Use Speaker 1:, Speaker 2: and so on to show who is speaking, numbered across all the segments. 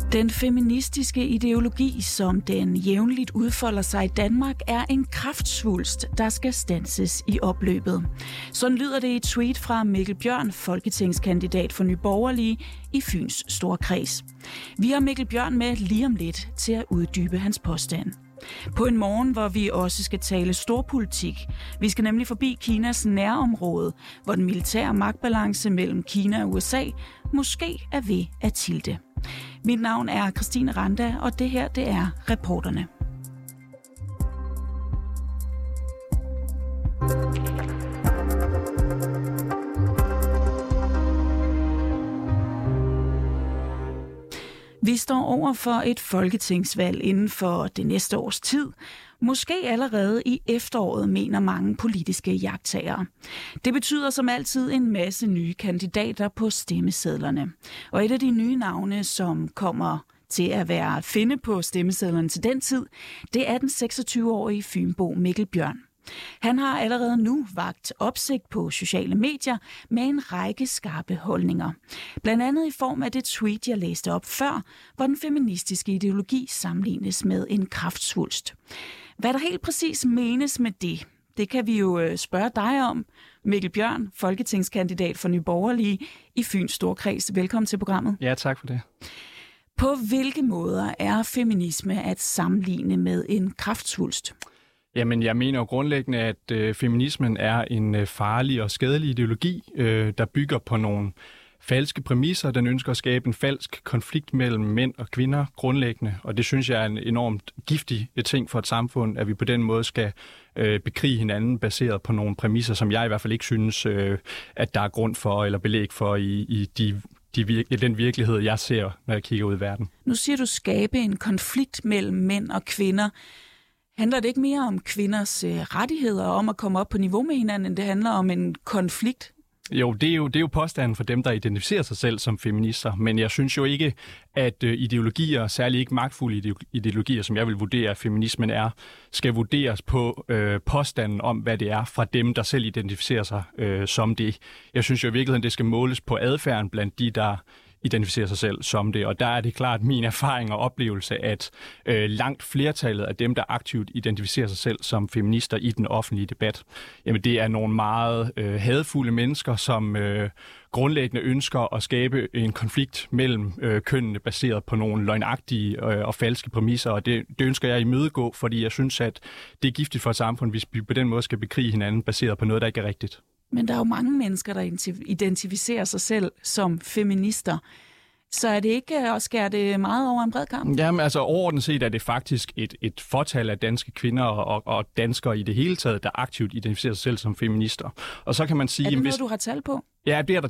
Speaker 1: Den feministiske ideologi, som den jævnligt udfolder sig i Danmark, er en kraftsvulst, der skal standses i opløbet. Sådan lyder det i et tweet fra Mikkel Bjørn, folketingskandidat for Nye Borgerlige i Fyns Storkreds. Vi har Mikkel Bjørn med lige om lidt til at uddybe hans påstand. På en morgen, hvor vi også skal tale storpolitik. Vi skal nemlig forbi Kinas nærområde, hvor den militære magtbalance mellem Kina og USA måske er ved at tilte. Mit navn er Christine Randa, og det her, det er Reporterne. Vi står over for et folketingsvalg inden for det næste års tid. Måske allerede i efteråret, mener mange politiske iagttagere. Det betyder som altid en masse nye kandidater på stemmesedlerne. Og et af de nye navne, som kommer til at være at finde på stemmesedlerne til den tid, det er den 26-årige fynbo Mikkel Bjørn. Han har allerede nu vakt opsigt på sociale medier med en række skarpe holdninger. Blandt andet i form af det tweet, jeg læste op før, hvor den feministiske ideologi sammenlignes med en kraftsvulst. Hvad der helt præcis menes med det kan vi jo spørge dig om. Mikkel Bjørn, folketingskandidat for Nye Borgerlige i Fyns Storkreds. Velkommen til programmet.
Speaker 2: Ja, tak for det.
Speaker 1: På hvilke måder er feminisme at sammenligne med en kraftsvulst?
Speaker 2: Jamen, jeg mener jo grundlæggende, at feminismen er en farlig og skadelig ideologi, der bygger på nogle falske præmisser. Den ønsker at skabe en falsk konflikt mellem mænd og kvinder grundlæggende, og det synes jeg er en enormt giftig ting for et samfund, at vi på den måde skal bekrige hinanden baseret på nogle præmisser, som jeg i hvert fald ikke synes, at der er grund for eller belæg for i den virkelighed, jeg ser, når jeg kigger ud i verden.
Speaker 1: Nu siger du skabe en konflikt mellem mænd og kvinder. Handler det ikke mere om kvinders rettigheder og om at komme op på niveau med hinanden, end det handler om en konflikt?
Speaker 2: Jo, det er jo påstanden for dem, der identificerer sig selv som feminister, men jeg synes jo ikke, at ideologier, særligt ikke magtfulde ideologier, som jeg vil vurdere, at feminismen er, skal vurderes på påstanden om, hvad det er fra dem, der selv identificerer sig som det. Jeg synes jo i virkeligheden, det skal måles på adfærden blandt de, der identificerer sig selv som det, og der er det klart min erfaring og oplevelse, at langt flertallet af dem, der aktivt identificerer sig selv som feminister i den offentlige debat, jamen det er nogle meget hadefulde mennesker, som grundlæggende ønsker at skabe en konflikt mellem kønnene baseret på nogle løgnagtige og falske præmisser, og det ønsker jeg at imødegå, fordi jeg synes, at det er giftigt for et samfund, hvis vi på den måde skal bekrige hinanden baseret på noget, der ikke er rigtigt.
Speaker 1: Men der er jo mange mennesker, der identificerer sig selv som feminister. Så er det ikke at skære det meget over en bred kamp?
Speaker 2: Jamen altså overordnet set er det faktisk et fortal af danske kvinder og danskere i det hele taget, der aktivt identificerer sig selv som feminister. Og så kan man sige...
Speaker 1: Er det noget, du har tal på?
Speaker 2: Ja, der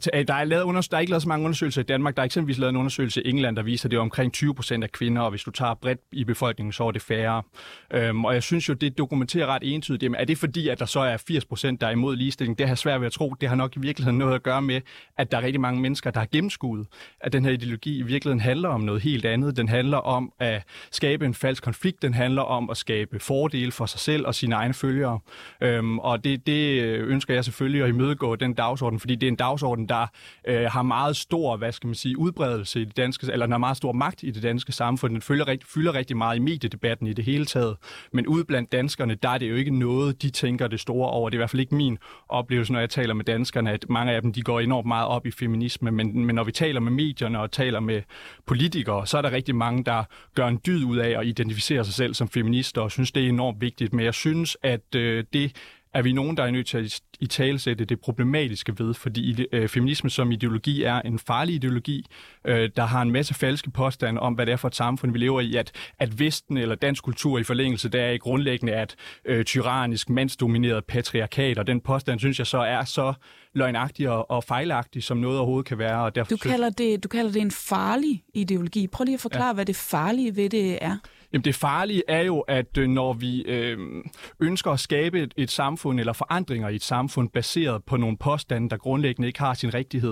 Speaker 2: er ikke lavet så mange undersøgelser i Danmark. Der er eksempelvis lavet en undersøgelse i England, der viser, at det er omkring 20% af kvinder, og hvis du tager bredt i befolkningen, så er det færre. Og jeg synes jo, det dokumenterer ret entydigt. Jamen, er det fordi, at der så er 80%, der er imod ligestilling? Det har svært ved at tro. Det har nok i virkeligheden noget at gøre med, at der er rigtig mange mennesker, der har gennemskuet, at den her ideologi i virkeligheden handler om noget helt andet. Den handler om at skabe en falsk konflikt. Den handler om at skabe fordele for sig selv og sine egne følgere. Og det ønsker jeg selvfølgelig at imødegå den dagsorden, fordi det er en dagsorden, der har meget stor, udbredelse i det danske, eller den har meget stor magt i det danske samfund. Den fylder rigtig meget i mediedebatten i det hele taget. Men ude blandt danskerne, der er det jo ikke noget, de tænker det store over. Det er i hvert fald ikke min oplevelse, når jeg taler med danskerne, at mange af dem, de går enormt meget op i feminisme. Men når vi taler med medierne og taler med politikere, så er der rigtig mange, der gør en dyd ud af at identificere sig selv som feminister, og synes, det er enormt vigtigt. Men jeg synes, at det er vi nogen, der er nødt til at italesætte det problematiske ved, fordi feminisme som ideologi er en farlig ideologi, der har en masse falske påstande om, hvad det er for et samfund, vi lever i, at Vesten eller dansk kultur i forlængelse, der er grundlæggende at tyrannisk, mandsdomineret patriarkat, og den påstand, synes jeg så er så løgnagtig og fejlagtig, som noget overhovedet kan være. Og derfor
Speaker 1: du kalder det en farlig ideologi. Prøv lige at forklare, hvad det farlige ved det er.
Speaker 2: Jamen det farlige er jo, at når vi ønsker at skabe et samfund eller forandringer i et samfund baseret på nogle påstande, der grundlæggende ikke har sin rigtighed,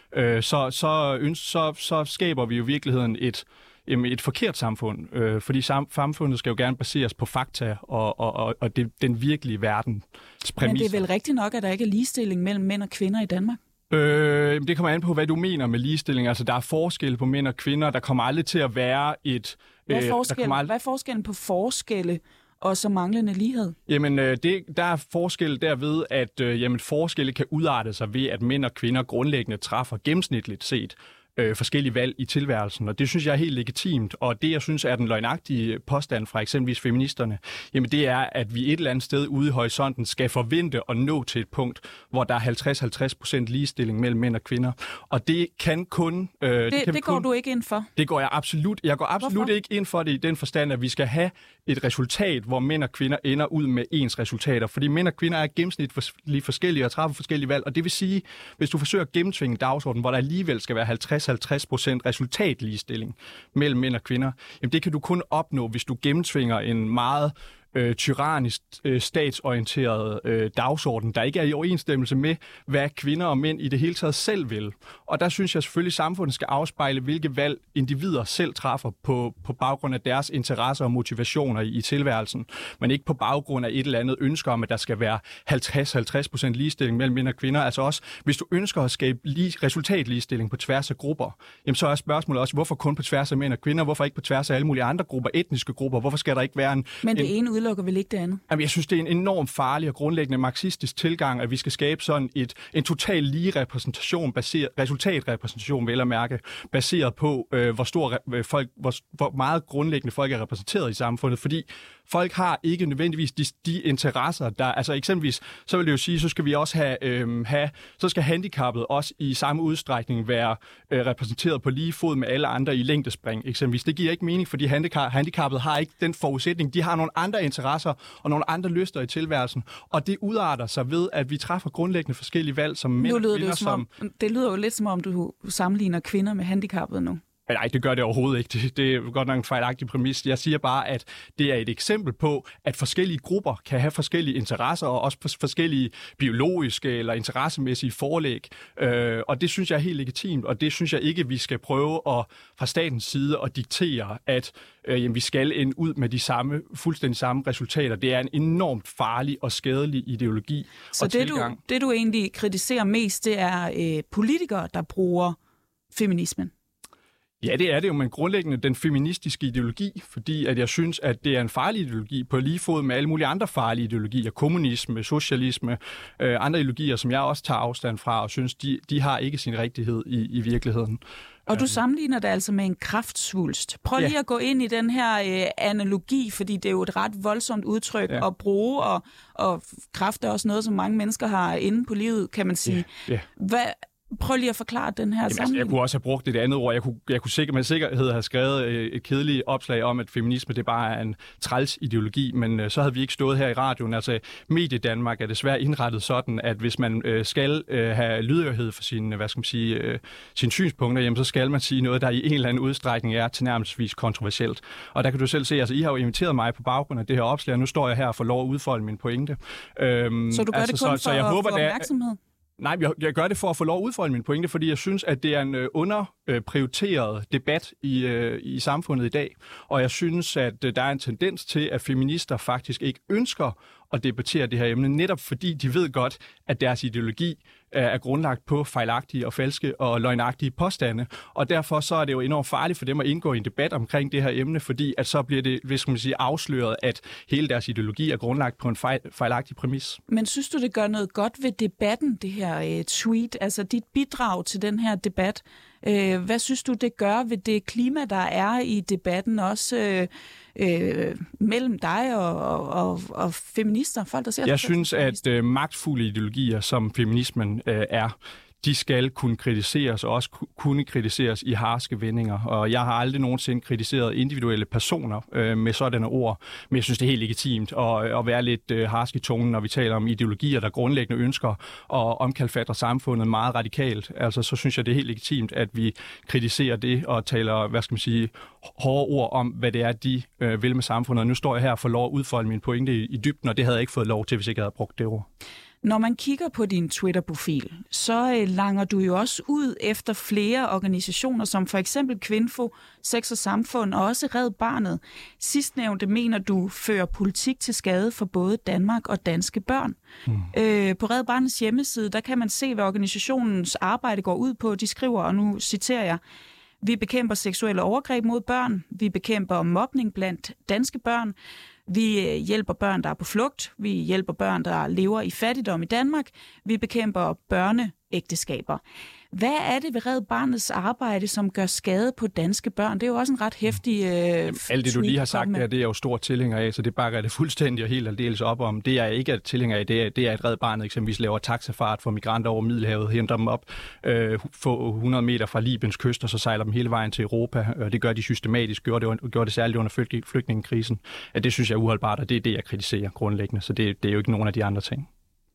Speaker 2: så skaber vi jo i virkeligheden et forkert samfund, fordi samfundet skal jo gerne baseres på fakta og den virkelige verdens præmisser.
Speaker 1: Men det er vel rigtigt nok, at der ikke er ligestilling mellem mænd og kvinder i Danmark?
Speaker 2: Det kommer an på, hvad du mener med ligestilling. Altså, der er forskel på mænd og kvinder. Der kommer aldrig til at være et...
Speaker 1: Hvad er forskellen på forskelle og så manglende lighed?
Speaker 2: Jamen, der er forskel derved, at forskelle kan udarte sig ved, at mænd og kvinder grundlæggende træffer gennemsnitligt set forskellige valg i tilværelsen, og det synes jeg er helt legitimt, og det jeg synes er den løgnagtige påstand fra eksempelvis feministerne, jamen det er, at vi et eller andet sted ude i horisonten skal forvente at nå til et punkt, hvor der er 50-50% ligestilling mellem mænd og kvinder, og det kan kun...
Speaker 1: Det går du ikke ind for?
Speaker 2: Det går jeg absolut. Jeg går absolut ikke ind for det i den forstand, at vi skal have et resultat, hvor mænd og kvinder ender ud med ens resultater, fordi mænd og kvinder er gennemsnitligt forskellige og træffer forskellige valg, og det vil sige, hvis du forsøger at gennemtvinge dagsordenen, hvor der alligevel skal være 50% resultatligestilling mellem mænd og kvinder, jamen det kan du kun opnå, hvis du gennemtvinger en meget tyrannisk, statsorienteret dagsorden, der ikke er i overensstemmelse med, hvad kvinder og mænd i det hele taget selv vil. Og der synes jeg selvfølgelig, at samfundet skal afspejle, hvilke valg individer selv træffer på baggrund af deres interesser og motivationer i tilværelsen, men ikke på baggrund af et eller andet ønske om, at der skal være 50% ligestilling mellem mænd og kvinder. Altså også, hvis du ønsker at skabe resultatligestilling på tværs af grupper, jamen så er spørgsmålet også, hvorfor kun på tværs af mænd og kvinder, hvorfor ikke på tværs af alle mulige andre grupper, etniske grupper, hvorfor skal der ikke være
Speaker 1: Men det ene udelukker vel ikke det andet?
Speaker 2: Jamen, jeg synes, det er en enormt farlig og grundlæggende marxistisk tilgang, at vi skal skabe sådan en total lige repræsentation, resultatrepræsentation, vel at mærke, baseret på, hvor meget grundlæggende folk er repræsenteret i samfundet, fordi folk har ikke nødvendigvis de interesser, der... Altså eksempelvis, så vil det jo sige, så skal vi også så skal handicappet også i samme udstrækning være repræsenteret på lige fod med alle andre i længdespring, eksempelvis. Det giver ikke mening, fordi handicappet har ikke den forudsætning. De har nogle andre interesser og nogle andre lyster i tilværelsen, og det udarter sig ved, at vi træffer grundlæggende forskellige valg som mænd og kvinder.
Speaker 1: Det lyder jo lidt som om, du sammenligner kvinder med handicappet nu.
Speaker 2: Nej, det gør det overhovedet ikke. Det er godt nok en fejlagtig præmis. Jeg siger bare, at det er et eksempel på, at forskellige grupper kan have forskellige interesser, og også forskellige biologiske eller interessemæssige forlæg. Og det synes jeg er helt legitimt, og det synes jeg ikke, vi skal prøve fra statens side at diktere, at vi skal ende ud med de fuldstændig samme resultater. Det er en enormt farlig og skadelig ideologi og tilgang.
Speaker 1: Det du egentlig kritiserer mest, det er politikere, der bruger feminismen.
Speaker 2: Ja, det er det jo, men grundlæggende den feministiske ideologi, fordi at jeg synes, at det er en farlig ideologi på lige fod med alle mulige andre farlige ideologier, kommunisme, socialisme, andre ideologier, som jeg også tager afstand fra og synes, de har ikke sin rigtighed i virkeligheden.
Speaker 1: Og du sammenligner det altså med en kræftsvulst. Prøv lige at gå ind i den her analogi, fordi det er jo et ret voldsomt udtryk at bruge, og kræft er også noget, som mange mennesker har inde på livet, kan man sige. Prøv lige at forklare den her sammenligning.
Speaker 2: Jeg kunne også have brugt et andet ord. Jeg kunne sikkert med sikkerhed have skrevet et kedeligt opslag om, at feminisme det bare er en træls ideologi, men så havde vi ikke stået her i radioen. Altså, Mediedanmark er desværre indrettet sådan, at hvis man skal have lydhørhed for sine synspunkter, jamen, så skal man sige noget, der i en eller anden udstrækning er tilnærmelsesvis kontroversielt. Og der kan du selv se, altså I har jo inviteret mig på baggrund af det her opslag, og nu står jeg her og får lov at udfolde min pointe.
Speaker 1: Så du gør det kun for at få opmærksomhed?
Speaker 2: Nej, jeg gør det for at få lov at udfolde min pointe, fordi jeg synes, at det er en underprioriteret debat i samfundet i dag. Og jeg synes, at der er en tendens til, at feminister faktisk ikke ønsker at debattere det her emne, netop fordi de ved godt, at deres ideologi er grundlagt på fejlagtige og falske og løgnagtige påstande. Og derfor så er det jo enormt farligt for dem at indgå i en debat omkring det her emne, fordi at så bliver det, hvis man siger, afsløret, at hele deres ideologi er grundlagt på en fejlagtig præmis.
Speaker 1: Men synes du, det gør noget godt ved debatten, det her tweet, altså dit bidrag til den her debat? Hvad synes du, det gør ved det klima, der er i debatten, også mellem dig og feminister, folk, der ser?
Speaker 2: Jeg synes, at magtfulde ideologier, som feminismen er, de skal kunne kritiseres, og også kunne kritiseres i harske vendinger. Og jeg har aldrig nogensinde kritiseret individuelle personer med sådanne ord, men jeg synes, det er helt legitimt at være lidt harsk i tungen, når vi taler om ideologier, der grundlæggende ønsker at omkalfatre samfundet meget radikalt. Altså, så synes jeg, det er helt legitimt, at vi kritiserer det og taler, hårde ord om, hvad det er, de vil med samfundet. Og nu står jeg her og får lov at udfolde min pointe i dybden, og det havde jeg ikke fået lov til, hvis jeg ikke havde brugt det ord.
Speaker 1: Når man kigger på din Twitter-profil, så langer du jo også ud efter flere organisationer, som for eksempel Kvinfo, Sex og Samfund og også Red Barnet. Sidstnævnte mener du fører politik til skade for både Danmark og danske børn. På Red Barnets hjemmeside, der kan man se, hvad organisationens arbejde går ud på. De skriver, og nu citerer jeg: vi bekæmper seksuelle overgreb mod børn, vi bekæmper mobning blandt danske børn, vi hjælper børn, der er på flugt, vi hjælper børn, der lever i fattigdom i Danmark, vi bekæmper børneægteskaber. Hvad er det ved Red Barnets arbejde, som gør skade på danske børn? Det er jo også en ret heftig
Speaker 2: alt det, du lige har sagt der, det er jo stor tilhænger af, så det bakker det fuldstændig og helt aldeles op om. Det er ikke tilhænger af, det er at Red Barnet eksempelvis laver taxafart for migranter over Middelhavet, henter dem op, få 100 meter fra Libyens kyst, og så sejler dem hele vejen til Europa. Det gør de systematisk, gjorde det særligt under flygtningekrisen. Det synes jeg er uholdbart, og det er det, jeg kritiserer grundlæggende, så det er jo ikke nogen af de andre ting.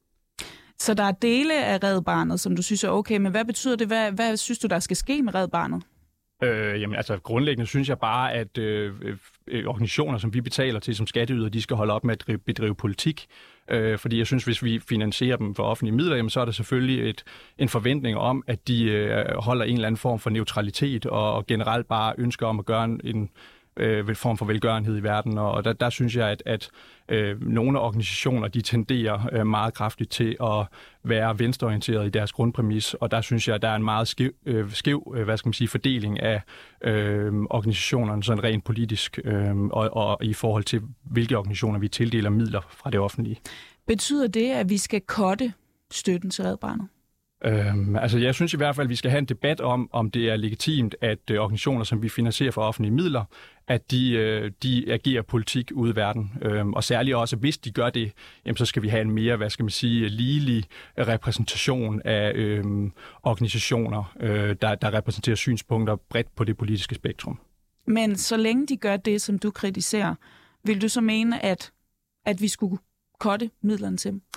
Speaker 1: Så der er dele af Red Barnet, som du synes er okay, men hvad betyder det? Hvad synes du, der skal ske med Red Barnet?
Speaker 2: Jamen altså grundlæggende synes jeg bare, at organisationer, som vi betaler til som skatteyder, de skal holde op med at bedrive politik. Fordi jeg synes, hvis vi finansierer dem for offentlige midler, jamen, så er der selvfølgelig en forventning om, at de holder en eller anden form for neutralitet og generelt bare ønsker om at gøre en form for velgørenhed i verden, og der synes jeg, at nogle organisationer, de tenderer meget kraftigt til at være venstreorienterede i deres grundpræmis, og der synes jeg, at der er en meget skæv fordeling af organisationerne, sådan rent politisk, og i forhold til, hvilke organisationer vi tildeler midler fra det offentlige. Betyder det, at vi skal cutte støtten til Red Barnet? Altså jeg synes i hvert fald, at vi skal have en debat om det er legitimt, at organisationer, som vi finansierer for offentlige midler, at de agerer politik ude i verden. Og særligt også, hvis de gør det, jamen, så skal vi have en mere, ligelig repræsentation af organisationer, der repræsenterer synspunkter bredt på det politiske spektrum. Men så længe de gør det, som du kritiserer, vil du så mene, at vi skulle cutte midlerne til dem?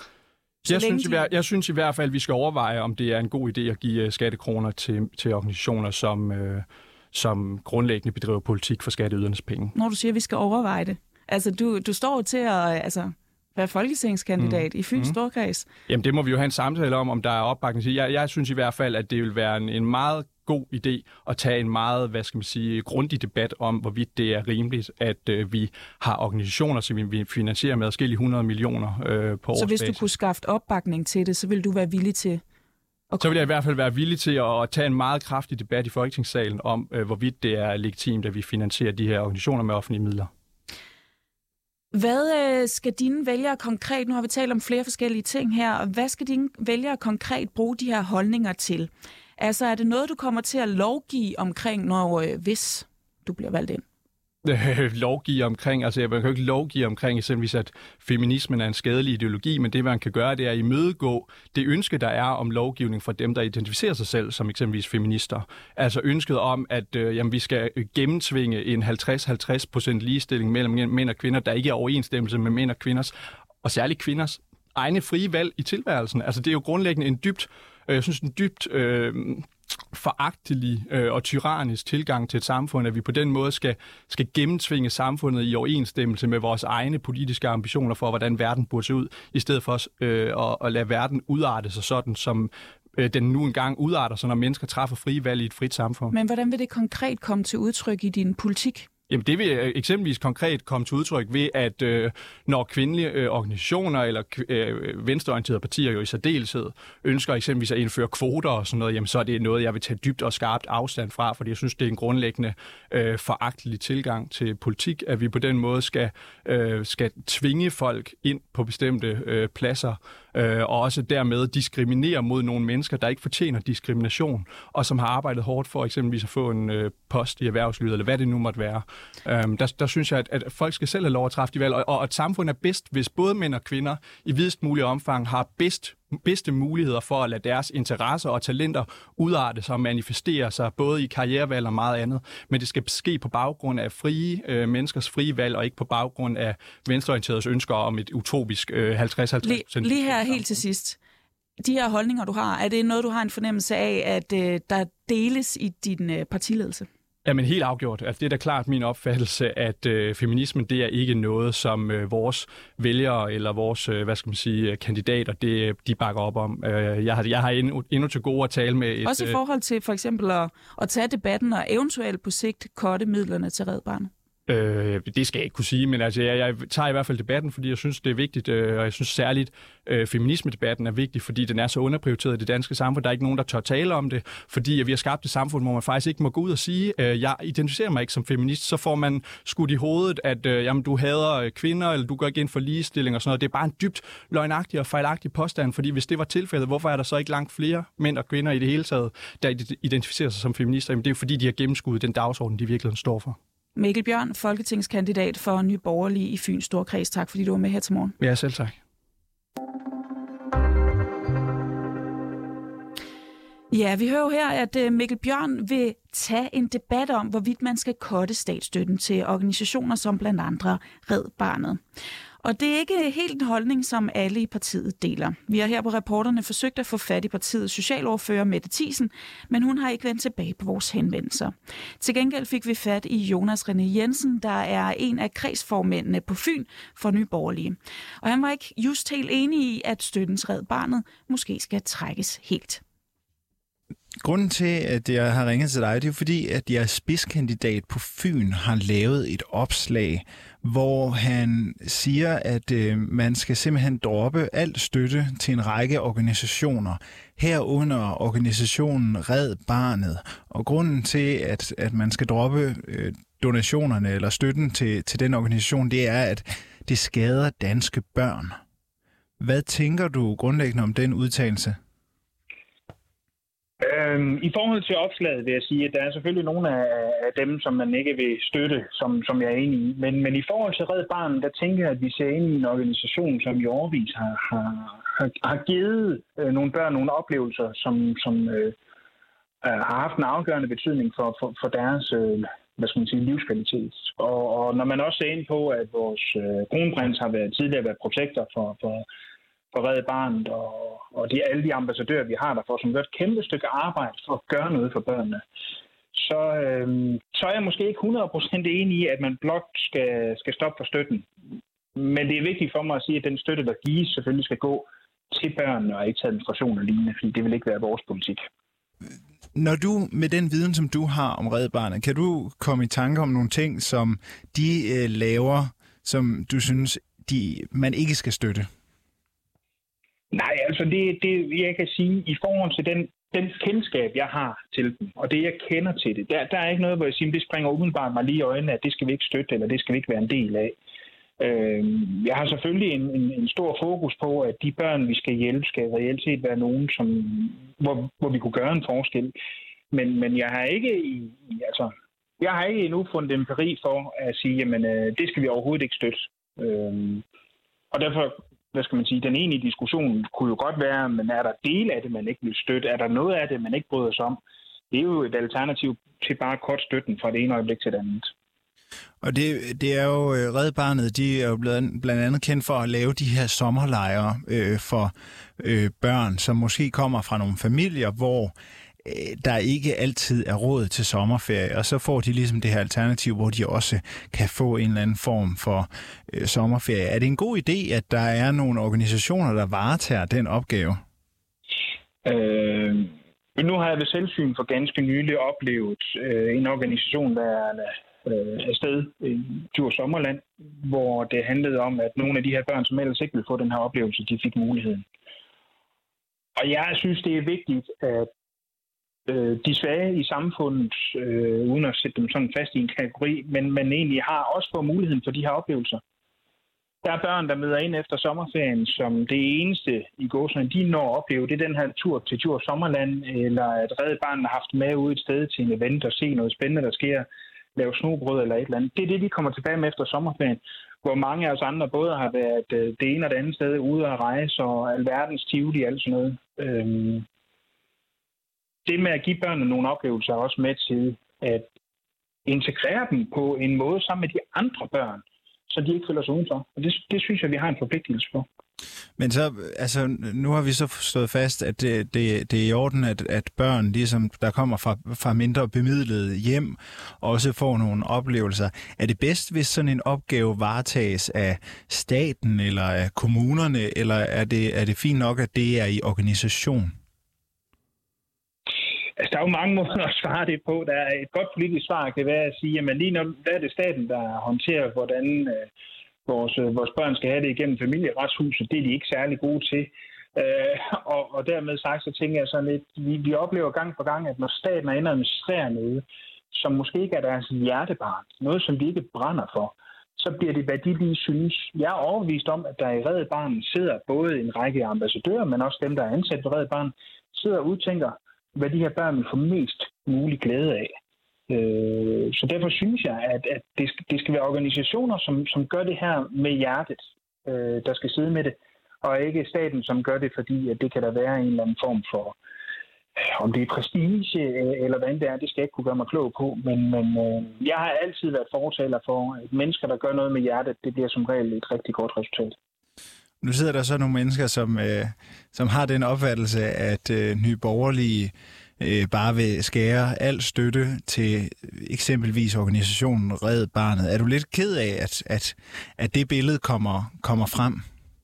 Speaker 2: Jeg synes i hvert fald, at vi skal overveje, om det er en god idé at give skattekroner til organisationer, som grundlæggende bedriver politik for skatteydernes penge. Når du siger, at vi skal overveje det, altså du står til at være folketingskandidat i Fyns Storkreds. Jamen det må vi jo have en samtale om der er opbakning til. Jeg synes i hvert fald, at det vil være en meget god idé at tage en meget, grundig debat om, hvorvidt det er rimeligt, at vi har organisationer, som vi finansierer med forskellige 100 millioner på årsbasis. Så hvis du kunne skaffe opbakning til det, så vil du være villig til? Så vil jeg i hvert fald være villig til at tage en meget kraftig debat i Folketingssalen om, hvorvidt det er legitimt, at vi finansierer de her organisationer med offentlige midler. Hvad skal dine vælgere konkret, nu har vi talt om flere forskellige ting her, og hvad skal dine vælgere konkret bruge de her holdninger til? Altså er det noget, du kommer til at lovgive omkring, hvis du bliver valgt ind? Lovgive omkring, altså jeg kan jo ikke lovgive omkring eksempelvis, at feminismen er en skadelig ideologi, men det man kan gøre, det er at imødegå det ønske, der er om lovgivning fra dem, der identificerer sig selv som eksempelvis feminister. Altså ønsket om, at vi skal gennemtvinge en 50-50% ligestilling mellem mænd og kvinder, der ikke er overensstemmelse med mænd og kvinders, og særligt kvinders egne frie valg i tilværelsen. Altså det er jo grundlæggende en dybt foragtelig og tyrannisk tilgang til et samfund, at vi på den måde skal gennemtvinge samfundet i overensstemmelse med vores egne politiske ambitioner for, hvordan verden burde se ud, i stedet for at lade verden udarte sig sådan, som den nu engang udarter sig, når mennesker træffer frie valg i et frit samfund. Men hvordan vil det konkret komme til udtryk i din politik? Jamen det vil eksempelvis konkret komme til udtryk ved, at når kvindelige organisationer eller venstreorienterede partier jo i særdeleshed ønsker eksempelvis at indføre kvoter og sådan noget, jamen så er det noget, jeg vil tage dybt og skarpt afstand fra, fordi jeg synes, det er en grundlæggende foragtelig tilgang til politik, at vi på den måde skal tvinge folk ind på bestemte pladser, og også dermed diskriminere mod nogle mennesker, der ikke fortjener diskrimination, og som har arbejdet hårdt for eksempelvis at få en post i erhvervslivet, eller hvad det nu måtte være. Der synes jeg, at folk skal selv have lov at træffe de valg, og at samfundet er bedst, hvis både mænd og kvinder i videst mulig omfang har bedste muligheder for at lade deres interesser og talenter udarte sig og manifestere sig, både i karrierevalg og meget andet. Men det skal ske på baggrund af frie menneskers frie valg, og ikke på baggrund af venstreorienteredes ønsker om et utopisk 50-50%. Lige her helt til sidst. De her holdninger, du har, er det noget, du har en fornemmelse af, at der deles i din partiledelse? Jamen helt afgjort. Altså, det er da klart min opfattelse, at feminismen, det er ikke noget, som vores vælgere eller vores, kandidater, de bakker op om. Jeg har endnu til gode at tale med et...
Speaker 1: Også i forhold til for eksempel at tage debatten og eventuelt på sigt cutte midlerne til Red Barnet.
Speaker 2: Det skal jeg ikke kunne sige, men altså, jeg tager i hvert fald debatten, fordi jeg synes, det er vigtigt, og jeg synes særligt, feminisme-debatten er vigtig, fordi den er så underprioriteret i det danske samfund. Der er ikke nogen, der tør tale om det, fordi vi har skabt et samfund, hvor man faktisk ikke må gå ud og sige, jeg identificerer mig ikke som feminist, så får man skudt i hovedet, at jamen, du hader kvinder, eller du går ikke ind for ligestilling og sådan noget. Det er bare en dybt løgnagtig og fejlagtig påstand, fordi hvis det var tilfældet, hvorfor er der så ikke langt flere mænd og kvinder i det hele taget, der identificerer sig som feminister? Jamen, det er jo fordi, de har gennemskuddet den dagsorden, de virkelig står for.
Speaker 1: Mikkel Bjørn, folketingskandidat for Nye Borgerlige i Fyns Storkreds. Tak fordi du var med her til morgen.
Speaker 2: Ja, selv tak.
Speaker 1: Ja, vi hører her, at Mikkel Bjørn vil tage en debat om, hvorvidt man skal cutte statsstøtten til organisationer som blandt andre Red Barnet. Og det er ikke helt en holdning, som alle i partiet deler. Vi har her på Reporterne forsøgt at få fat i partiets socialordfører Mette Thiesen, men hun har ikke vendt tilbage på vores henvendelser. Til gengæld fik vi fat i Jonas René Jensen, der er en af kredsformændene på Fyn for Nye Borgerlige. Og han var ikke just helt enig i, at støtten til Red Barnet måske skal trækkes helt.
Speaker 3: Grunden til, at jeg har ringet til dig, det er fordi, at jeres spidskandidat på Fyn har lavet et opslag, hvor han siger, at man skal simpelthen droppe al støtte til en række organisationer, herunder organisationen Red Barnet. Og grunden til, at man skal droppe donationerne eller støtten til den organisation, det er, at det skader danske børn. Hvad tænker du grundlæggende om den udtalelse?
Speaker 4: I forhold til opslaget vil jeg sige, at der er selvfølgelig nogle af dem, som man ikke vil støtte, som jeg er enig i. Men i forhold til Red Barnet, der tænker jeg, at vi ser ind i en organisation, som i årevis har givet nogle børn nogle oplevelser, som har haft en afgørende betydning for deres livskvalitet. Og når man også ser ind på, at vores kronprins har tidligere været protektor for Red Barnet, og alle de ambassadører, vi har derfor, som gør et kæmpe stykke arbejde for at gøre noget for børnene, så er jeg måske ikke 100% enig i, at man blot skal stoppe for støtten. Men det er vigtigt for mig at sige, at den støtte, der gives, selvfølgelig skal gå til børnene og ikke til administration og lignende, fordi det vil ikke være vores politik.
Speaker 3: Når du, med den viden, som du har om Red Barnet, kan du komme i tanke om nogle ting, som de laver, som du synes, man ikke skal støtte?
Speaker 4: Nej, altså det jeg kan sige, i forhold til den kendskab, jeg har til dem, og det, jeg kender til det, der er ikke noget, hvor jeg siger, det springer umiddelbart mig lige i øjnene, at det skal vi ikke støtte, eller det skal vi ikke være en del af. Jeg har selvfølgelig en stor fokus på, at de børn, vi skal hjælpe, skal reelt set være nogen, hvor vi kunne gøre en forskel. Men jeg har ikke endnu fundet empiri for at sige, jamen det skal vi overhovedet ikke støtte. Og derfor, den egentlige diskussion kunne jo godt være, men er der dele af det, man ikke vil støtte? Er der noget af det, man ikke bryder sig om? Det er jo et alternativ til bare kort støtten fra det ene øjeblik til det andet.
Speaker 3: Og det er jo Red Barnet, de er jo blandt andet kendt for at lave de her sommerlejre for børn, som måske kommer fra nogle familier, hvor der ikke altid er råd til sommerferie, og så får de ligesom det her alternativ, hvor de også kan få en eller anden form for sommerferie. Er det en god idé, at der er nogle organisationer, der varetager den opgave?
Speaker 4: Nu har jeg ved selvsyn for ganske nylig oplevet en organisation, der er afsted i Djurs Sommerland, hvor det handlede om, at nogle af de her børn, som ellers ikke ville få den her oplevelse, de fik muligheden. Og jeg synes, det er vigtigt, at de svage i samfundet, uden at sætte dem sådan fast i en kategori, men egentlig har også fået muligheden for de her oplevelser. Der er børn, der møder ind efter sommerferien, som det eneste i gåserne, de når at opleve, det er den her tur til Djurs Sommerland, eller at Red Barnet har haft med ud et sted til en event og se noget spændende, der sker, lave snobrød eller et eller andet. Det er det, de kommer tilbage med efter sommerferien, hvor mange af os andre både har været det ene og det andet sted ude at rejse og alverdens tivoli og alt sådan noget. Det med at give børnene nogle oplevelser er også med til at integrere dem på en måde sammen med de andre børn, så de ikke føler sig udenfor. Og det synes jeg, vi har en forpligtelse for.
Speaker 3: Men så, altså, nu har vi så stået fast, at det er i orden, at børn, ligesom der kommer fra mindre bemidlede hjem, også får nogle oplevelser. Er det bedst, hvis sådan en opgave varetages af staten eller af kommunerne, eller er det fint nok, at det er i organisation?
Speaker 4: Altså, der er jo mange måder at svare det på. Der er et godt politisk svar, kan være at sige, at lige når der er det staten, der håndterer, hvordan vores børn skal have det igennem familieretshuset. Det er de ikke særlig gode til. Og dermed sagt, så tænker jeg sådan lidt, vi oplever gang på gang, at når staten er inde og administrerer noget, som måske ikke er deres hjertebarn, noget som de ikke brænder for, så bliver det, hvad de lige synes. Jeg er overbevist om, at der i Red Barnet sidder både en række ambassadører, men også dem, der er ansat ved Red Barnet, sidder og udtænker, hvad de her børn vil få mest mulig glæde af. Så derfor synes jeg, at det skal være organisationer, som gør det her med hjertet, der skal sidde med det, og ikke staten, som gør det, fordi at det kan der være en eller anden form for, om det er prestige eller hvad det er, det skal jeg ikke kunne gøre mig klog på, men jeg har altid været fortaler for, at mennesker, der gør noget med hjertet, det bliver som regel et rigtig godt resultat.
Speaker 3: Nu sidder der så nogle mennesker, som har den opfattelse, at Nye Borgerlige bare vil skære al støtte til eksempelvis organisationen Red Barnet. Er du lidt ked af, at det billede kommer frem?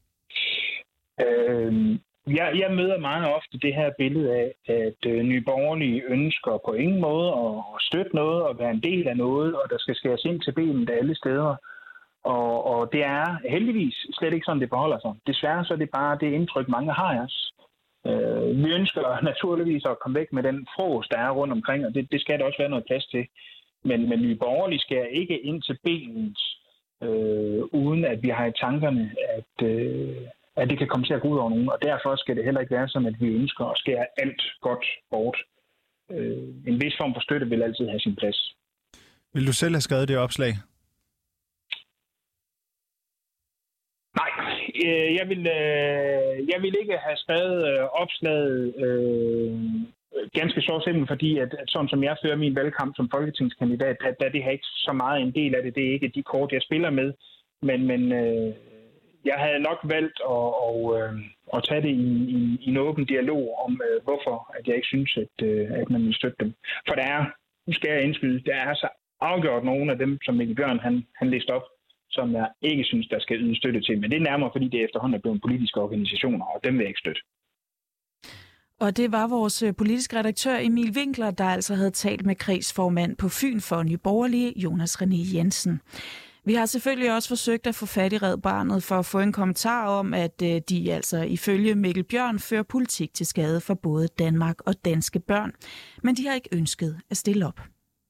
Speaker 4: Jeg møder meget ofte det her billede af, at Nye Borgerlige ønsker på ingen måde at støtte noget og være en del af noget, og der skal skæres ind til benet alle steder. Og det er heldigvis slet ikke sådan, det forholder sig. Desværre så er det bare det indtryk, mange har af os. Vi ønsker naturligvis at komme væk med den frås, der er rundt omkring, og det skal der også være noget plads til. Men Nye Borgerlige skal ikke ind til benet, uden at vi har i tankerne, at det kan komme til at gå ud over nogen. Og derfor skal det heller ikke være sådan, at vi ønsker at skære alt godt bort. En vis form for støtte vil altid have sin plads.
Speaker 3: Vil du selv have skrevet det opslag?
Speaker 4: Nej, jeg vil ikke have skrevet opslaget ganske så simpelthen, fordi at sådan som jeg fører min valgkamp som folketingskandidat, der det har ikke så meget en del af det. Det er ikke de kort, jeg spiller med, men jeg havde nok valgt at tage det i en åben dialog om, hvorfor at jeg ikke synes, at man vil støtte dem. For nu skal jeg indskyde, der er så afgjort nogle af dem, som Mikkel Bjørn han læste op, som jeg ikke synes, der skal yde støtte til. Men det er nærmere, fordi det efterhånden er blevet politiske organisationer, og dem vil jeg ikke støtte.
Speaker 1: Og det var vores politiske redaktør Emil Winkler, der altså havde talt med kredsformand på Fyn for Nye Borgerlige, Jonas René Jensen. Vi har selvfølgelig også forsøgt at få fat i Red Barnet for at få en kommentar om, at de altså ifølge Mikkel Bjørn fører politik til skade for både Danmark og danske børn. Men de har ikke ønsket at stille op.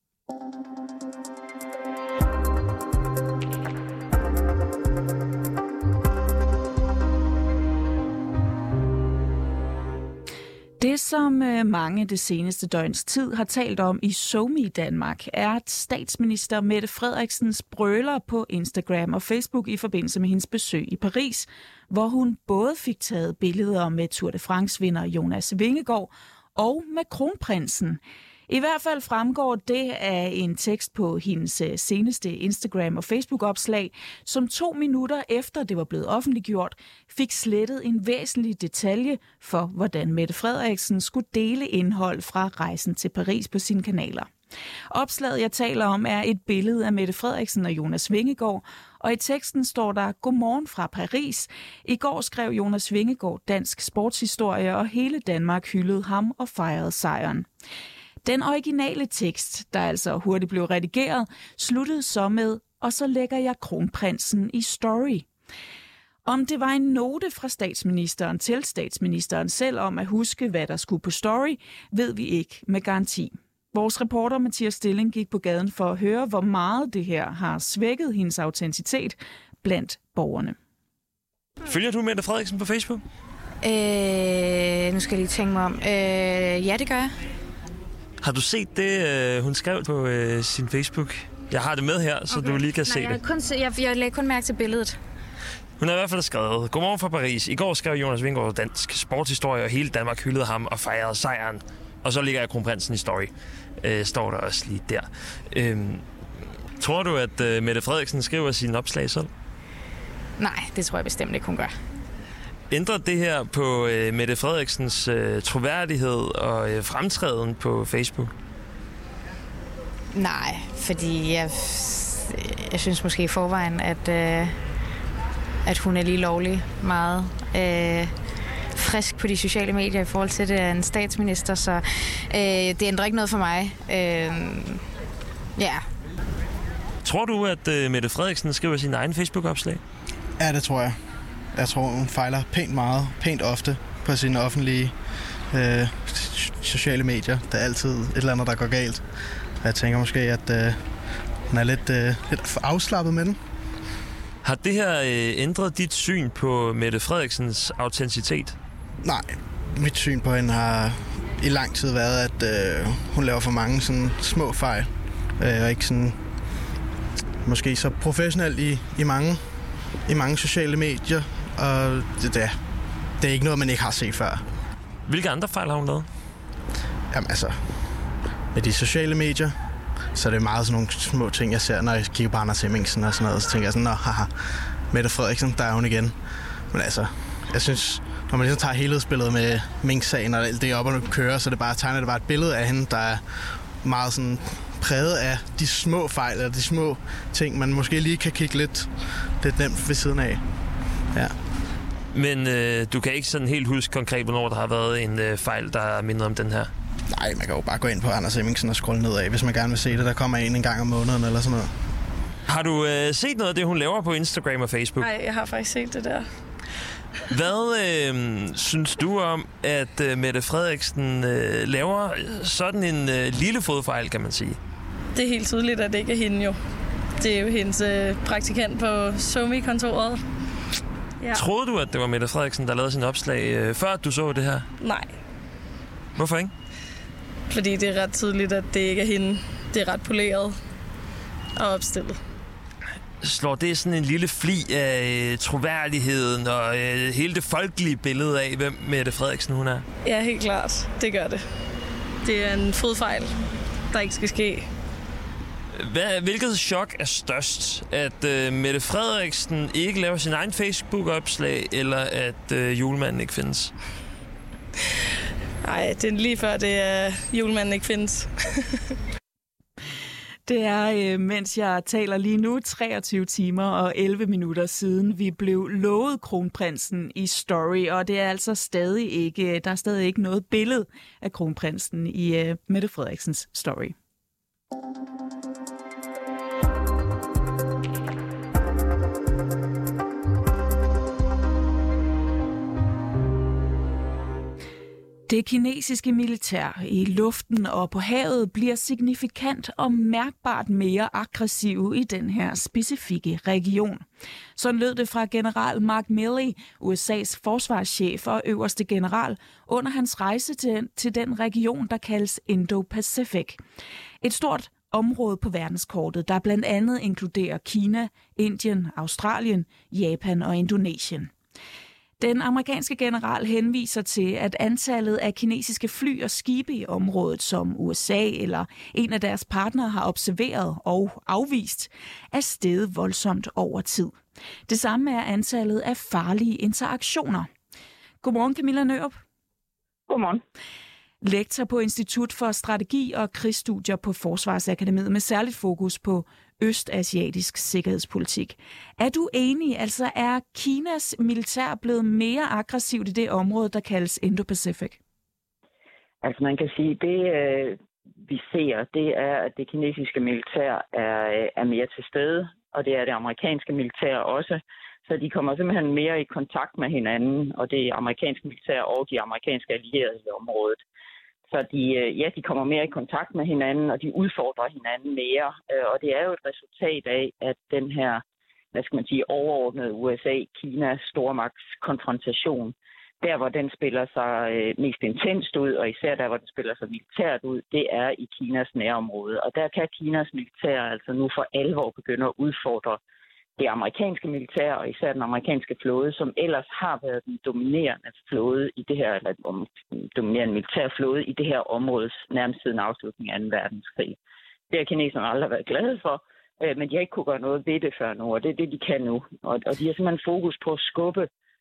Speaker 1: Det, som mange det seneste døgns tid har talt om i SoMe i Danmark, er, at statsminister Mette Frederiksens brøler på Instagram og Facebook i forbindelse med hendes besøg i Paris, hvor hun både fik taget billeder med Tour de France-vinder Jonas Vingegaard og med kronprinsen. I hvert fald fremgår det af en tekst på hendes seneste Instagram- og Facebook-opslag, som 2 minutter efter det var blevet offentliggjort, fik slettet en væsentlig detalje for, hvordan Mette Frederiksen skulle dele indhold fra rejsen til Paris på sine kanaler. Opslaget, jeg taler om, er et billede af Mette Frederiksen og Jonas Vingegaard, og i teksten står der "Godmorgen fra Paris". I går skrev Jonas Vingegaard dansk sportshistorie, og hele Danmark hyldede ham og fejrede sejren. Den originale tekst, der altså hurtigt blev redigeret, sluttede så med, og så lægger jeg kronprinsen i story. Om det var en note fra statsministeren til statsministeren selv om at huske, hvad der skulle på story, ved vi ikke med garanti. Vores reporter Mathias Stilling gik på gaden for at høre, hvor meget det her har svækket hendes autenticitet blandt borgerne.
Speaker 5: Følger du Mette Frederiksen på Facebook?
Speaker 6: Nu skal jeg lige tænke mig om. Ja, det gør jeg.
Speaker 5: Har du set det, hun skrev på sin Facebook? Jeg har det med her, så du lige kan se det.
Speaker 6: Jeg lagde kun mærke til billedet.
Speaker 5: Hun har i hvert fald skrevet: "Godmorgen fra Paris. I går skrev Jonas Vingegaard dansk sportshistorie, og hele Danmark hyldede ham og fejrede sejren." Og så ligger jeg kronprinsen i story. Står der også lige der. Tror du, at Mette Frederiksen skriver sine opslag selv?
Speaker 6: Nej, det tror jeg bestemt ikke, hun gør.
Speaker 5: Ændrer det her på Mette Frederiksens troværdighed og fremtræden på Facebook?
Speaker 6: Nej, fordi jeg synes måske i forvejen, at hun er lige lovlig meget frisk på de sociale medier i forhold til, det er en statsminister, så det ændrer ikke noget for mig. Ja.
Speaker 5: Tror du, at Mette Frederiksen skriver sin egen Facebook-opslag?
Speaker 7: Ja, det tror jeg. Jeg tror, hun fejler pænt ofte på sine offentlige sociale medier. Der er altid et eller andet, der går galt. Og jeg tænker måske, at hun er lidt afslappet med den.
Speaker 5: Har det her ændret dit syn på Mette Frederiksens autenticitet?
Speaker 7: Nej, mit syn på hende har i lang tid været, at hun laver for mange sådan små fejl. Og ikke sådan måske så professionelt i mange sociale medier. Og det er ikke noget, man ikke har set før.
Speaker 5: Hvilke andre fejl har hun lavet?
Speaker 7: Jamen altså, med de sociale medier, så er det meget sådan nogle små ting, jeg ser, når jeg kigger på Anders Hemmingsen og sådan noget. Så tænker jeg sådan, haha, Mette Frederiksen, der er hun igen. Men altså, jeg synes, når man ligesom tager helhedsbilledet med Mink-sagen og alt det op og kører, så det bare tegner det bare et billede af hende, der er meget sådan præget af de små fejl, eller de små ting, man måske lige kan kigge lidt nemt ved siden af. Ja.
Speaker 5: Men du kan ikke sådan helt huske konkret, hvornår der har været en fejl, der minder om den her?
Speaker 7: Nej, man kan jo bare gå ind på Anders Hemmingsen og scrolle nedad, hvis man gerne vil se det. Der kommer en gang om måneden eller sådan noget.
Speaker 5: Har du set noget af det, hun laver på Instagram og Facebook?
Speaker 8: Nej, jeg har faktisk set det der.
Speaker 5: Hvad synes du om, at Mette Frederiksen laver sådan en lille fodfejl, kan man sige?
Speaker 8: Det er helt tydeligt, at det ikke er hende jo. Det er jo hendes praktikant på Somi-kontoret. Ja.
Speaker 5: Troede du, at det var Mette Frederiksen, der lavede sin opslag, før du så det her?
Speaker 8: Nej.
Speaker 5: Hvorfor ikke?
Speaker 8: Fordi det er ret tydeligt, at det ikke er hende. Det er ret poleret og opstillet.
Speaker 5: Slår det sådan en lille fli af troværdigheden og hele det folkelige billede af, hvem Mette Frederiksen hun er?
Speaker 8: Ja, helt klart. Det gør det. Det er en fodfejl, der ikke skal ske.
Speaker 5: Hvilket chok er størst? At Mette Frederiksen ikke laver sin egen Facebook-opslag, eller at julemanden ikke findes?
Speaker 8: Nej, det er lige før, det er julemanden ikke findes.
Speaker 1: Det er, mens jeg taler lige nu, 23 timer og 11 minutter siden, vi blev lovet kronprinsen i Story, og det er altså der er stadig ikke noget billede af kronprinsen i Mette Frederiksens Story. Det kinesiske militær i luften og på havet bliver signifikant og mærkbart mere aggressive i den her specifikke region. Sådan lød det fra general Mark Milley, USA's forsvarschef og øverste general, under hans rejse til den region, der kaldes Indo-Pacific. Et stort område på verdenskortet, der blandt andet inkluderer Kina, Indien, Australien, Japan og Indonesien. Den amerikanske general henviser til, at antallet af kinesiske fly og skibe i området, som USA eller en af deres partnere har observeret og afvist, er steget voldsomt over tid. Det samme er antallet af farlige interaktioner. Godmorgen, Camilla Nørup.
Speaker 9: Godmorgen.
Speaker 1: Lektor på Institut for Strategi og Krigsstudier på Forsvarsakademiet med særligt fokus på østasiatisk sikkerhedspolitik. Er du enig? Altså er Kinas militær blevet mere aggressivt i det område, der kaldes Indo-Pacific?
Speaker 9: Altså man kan sige, det vi ser, det er, at det kinesiske militær er mere til stede, og det er det amerikanske militær også. Så de kommer simpelthen mere i kontakt med hinanden, og det amerikanske militær og de amerikanske allierede i området. Så de kommer mere i kontakt med hinanden, og de udfordrer hinanden mere. Og det er jo et resultat af, at den her, overordnede USA-Kina stormagtskonfrontation, der hvor den spiller sig mest intenst ud, og især der hvor den spiller sig militært ud, det er i Kinas nærområde. Og der kan Kinas militær altså nu for alvor begynde at udfordre det amerikanske militær, og især den amerikanske flåde, som ellers har været den dominerende flåde i det her, eller den dominerende militærflåde i det her område, nærmest siden afslutningen af 2. verdenskrig. Det har kineserne aldrig været glade for, men de har ikke kunne gøre noget ved det før nu, og det er det, de kan nu. Og de har simpelthen fokus på at skubbe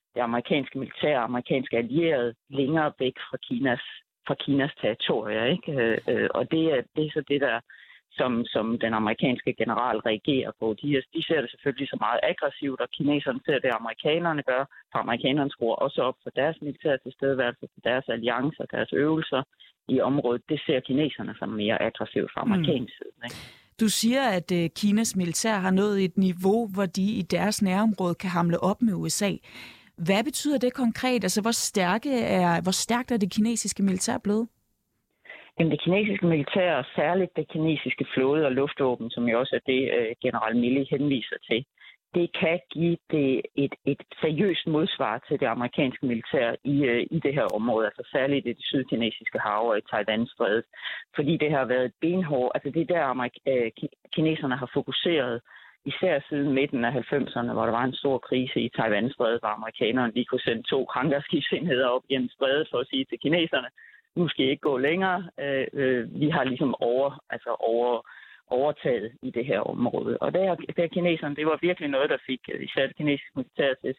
Speaker 9: det amerikanske militær, amerikanske allierede længere væk fra Kinas territorier, ikke? Og det er så det, der som den amerikanske general reagerer på. De ser det selvfølgelig så meget aggressivt, og kineserne ser det, amerikanerne gør. For amerikanerne skruer også op for deres militær tilstedeværelse, for deres alliancer, deres øvelser i området. Det ser kineserne som mere aggressivt fra amerikansk side, ikke?
Speaker 1: Du siger, at Kinas militær har nået et niveau, hvor de i deres nærområde kan hamle op med USA. Hvad betyder det konkret? Altså, hvor stærkt er det kinesiske militær blevet?
Speaker 9: Jamen, det kinesiske militær, og særligt det kinesiske flåde og luftvåben, som jo også er det, general Milley henviser til, det kan give det et seriøst modsvar til det amerikanske militær i det her område, altså særligt i det sydkinesiske hav og i Taiwan-strædet, fordi det har været benhårdt, altså det der kineserne har fokuseret, især siden midten af 90'erne, hvor der var en stor krise i Taiwan-strædet, hvor amerikanerne lige kunne sende 2 hangarskibsenheder op gennem strædet for at sige til kineserne, nu skal I ikke gå længere. Vi har ligesom overtaget i det her område. Og der kineserne, det var virkelig noget, der fik især det kinesiske militær til at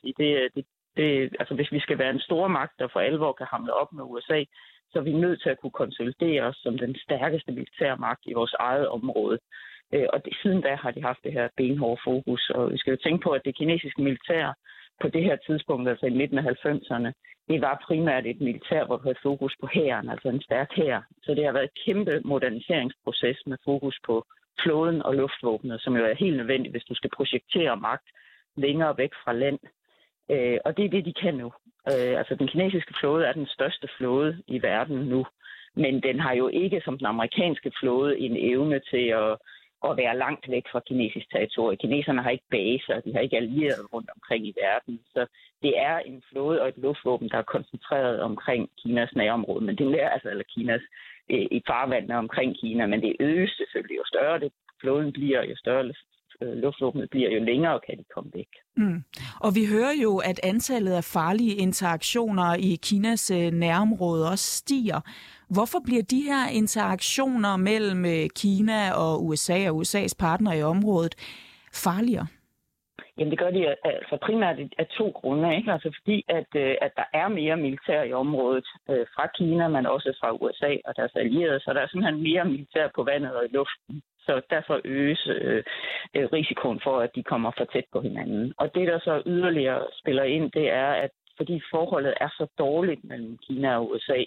Speaker 9: sige, altså hvis vi skal være en stor magt, der for alvor kan hamle op med USA, så er vi nødt til at kunne konsolidere os som den stærkeste militærmagt i vores eget område. Og siden da har de haft det her benhårde fokus. Og vi skal jo tænke på, at det kinesiske militær på det her tidspunkt, altså i midten af 90'erne, det var primært et militær, hvor du havde fokus på hæren, altså en stærk hær. Så det har været et kæmpe moderniseringsproces med fokus på flåden og luftvåbnet, som jo er helt nødvendigt, hvis du skal projektere magt længere væk fra land. Og det er det, de kan nu. Altså den kinesiske flåde er den største flåde i verden nu, men den har jo ikke som den amerikanske flåde en evne til at være langt væk fra kinesisk territorie. Kineserne har ikke baser, de har ikke allierede rundt omkring i verden. Så det er en flåde og et luftvåben, der er koncentreret omkring Kinas nærområde. Men det er altså Kinas i farvandene omkring Kina, men det øges selvfølgelig. Jo større det flåden bliver, jo større luftvåbnet bliver, jo længere kan de komme væk.
Speaker 1: Og vi hører jo, at antallet af farlige interaktioner i Kinas nærområde også stiger. Hvorfor bliver de her interaktioner mellem Kina og USA og USA's partnere i området farligere?
Speaker 9: Jamen det gør de altså primært af 2 grunde, ikke? Altså fordi at der er mere militær i området fra Kina, men også fra USA og deres allierede, så der er simpelthen mere militær på vandet og i luften. Så derfor øges risikoen for, at de kommer for tæt på hinanden. Og det, der så yderligere spiller ind, det er, at fordi forholdet er så dårligt mellem Kina og USA,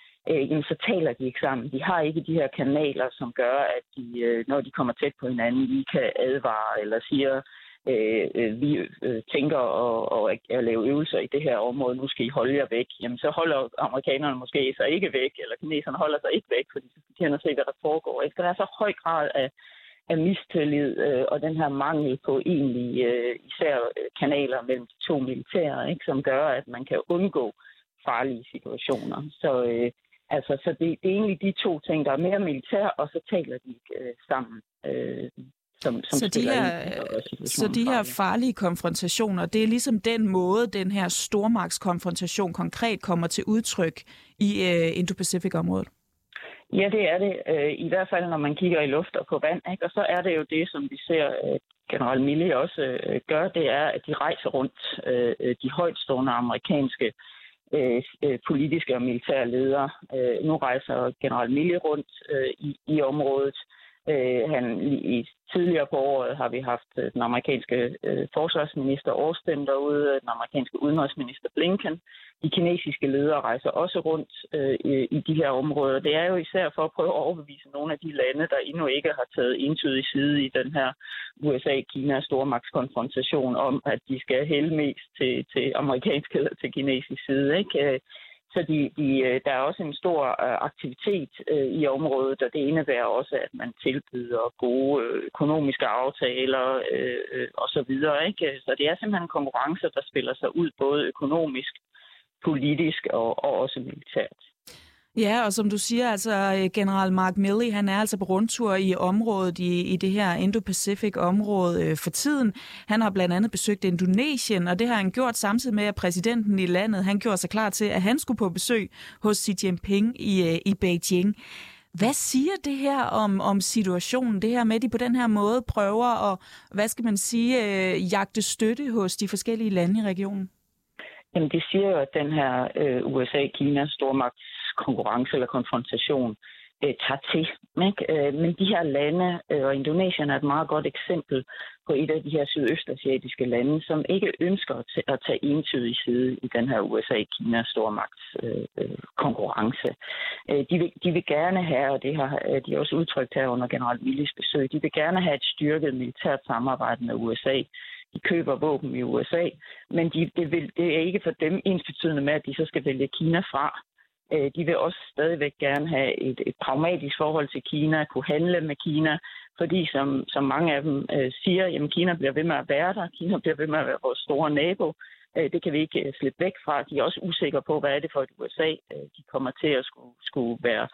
Speaker 9: så taler de ikke sammen. De har ikke de her kanaler, som gør, at de, når de kommer tæt på hinanden, lige kan advare eller siger, vi tænker at lave øvelser i det her område, nu skal I holde jer væk. Jamen så holder amerikanerne måske sig ikke væk, eller kineserne holder sig ikke væk, fordi så skal de se, hvad der foregår. Der er så høj grad af mistillid og den her mangel på egentlige især kanaler mellem de 2 militære, ikke, som gør, at man kan undgå farlige situationer. Så det er egentlig de 2 ting, der er mere militær, og så taler de ikke sammen.
Speaker 1: Så de her farlige konfrontationer, det er ligesom den måde, den her stormagtskonfrontation konkret kommer til udtryk i Indo-Pacific-området?
Speaker 9: Ja, det er det. I hvert fald, når man kigger i luft og på vand. Ikke? Og så er det jo det, som vi ser general Milley også gør, det er, at de rejser rundt de højtstående amerikanske politiske og militære ledere. Nu rejser general Milley rundt i området. Tidligere på året har vi haft den amerikanske forsvarsminister Austin derude, den amerikanske udenrigsminister Blinken. De kinesiske ledere rejser også rundt i de her områder. Det er jo især for at prøve at overbevise nogle af de lande, der endnu ikke har taget entydig side i den her USA-Kina-stormagtskonfrontation om, at de skal hælde mest til amerikansk eller til kinesisk side, ikke? Så der er også en stor aktivitet i området, og det indebærer også, at man tilbyder gode økonomiske aftaler og så videre, ikke? Så det er simpelthen konkurrencer, der spiller sig ud både økonomisk, politisk og også militært.
Speaker 1: Ja, og som du siger, altså general Mark Milley, han er altså på rundtur i området, i det her Indo-Pacific-område for tiden. Han har blandt andet besøgt Indonesien, og det har han gjort samtidig med, at præsidenten i landet, han gjorde sig klar til, at han skulle på besøg hos Xi Jinping i Beijing. Hvad siger det her om situationen, det her med, at de på den her måde prøver at, jagte støtte hos de forskellige lande i regionen?
Speaker 9: Jamen, det siger jo, at den her USA-Kina stormagtskonkurrence eller konfrontation tager til. Ikke? Men de her lande, og Indonesien er et meget godt eksempel på et af de her sydøstasiatiske lande, som ikke ønsker at tage entydig side i den her USA-Kina stormagtskonkurrence. De vil gerne have, og det har de også udtrykt her under general Millys besøg, de vil gerne have et styrket militært samarbejde med USA. De køber våben i USA, men det er ikke for dem ensbetydende med, at de så skal vælge Kina fra. De vil også stadigvæk gerne have et pragmatisk forhold til Kina, kunne handle med Kina, fordi som mange af dem siger, jamen Kina bliver ved med at være der, Kina bliver ved med at være vores store nabo. Det kan vi ikke slippe væk fra. De er også usikre på, hvad er det for et USA, de kommer til at skulle være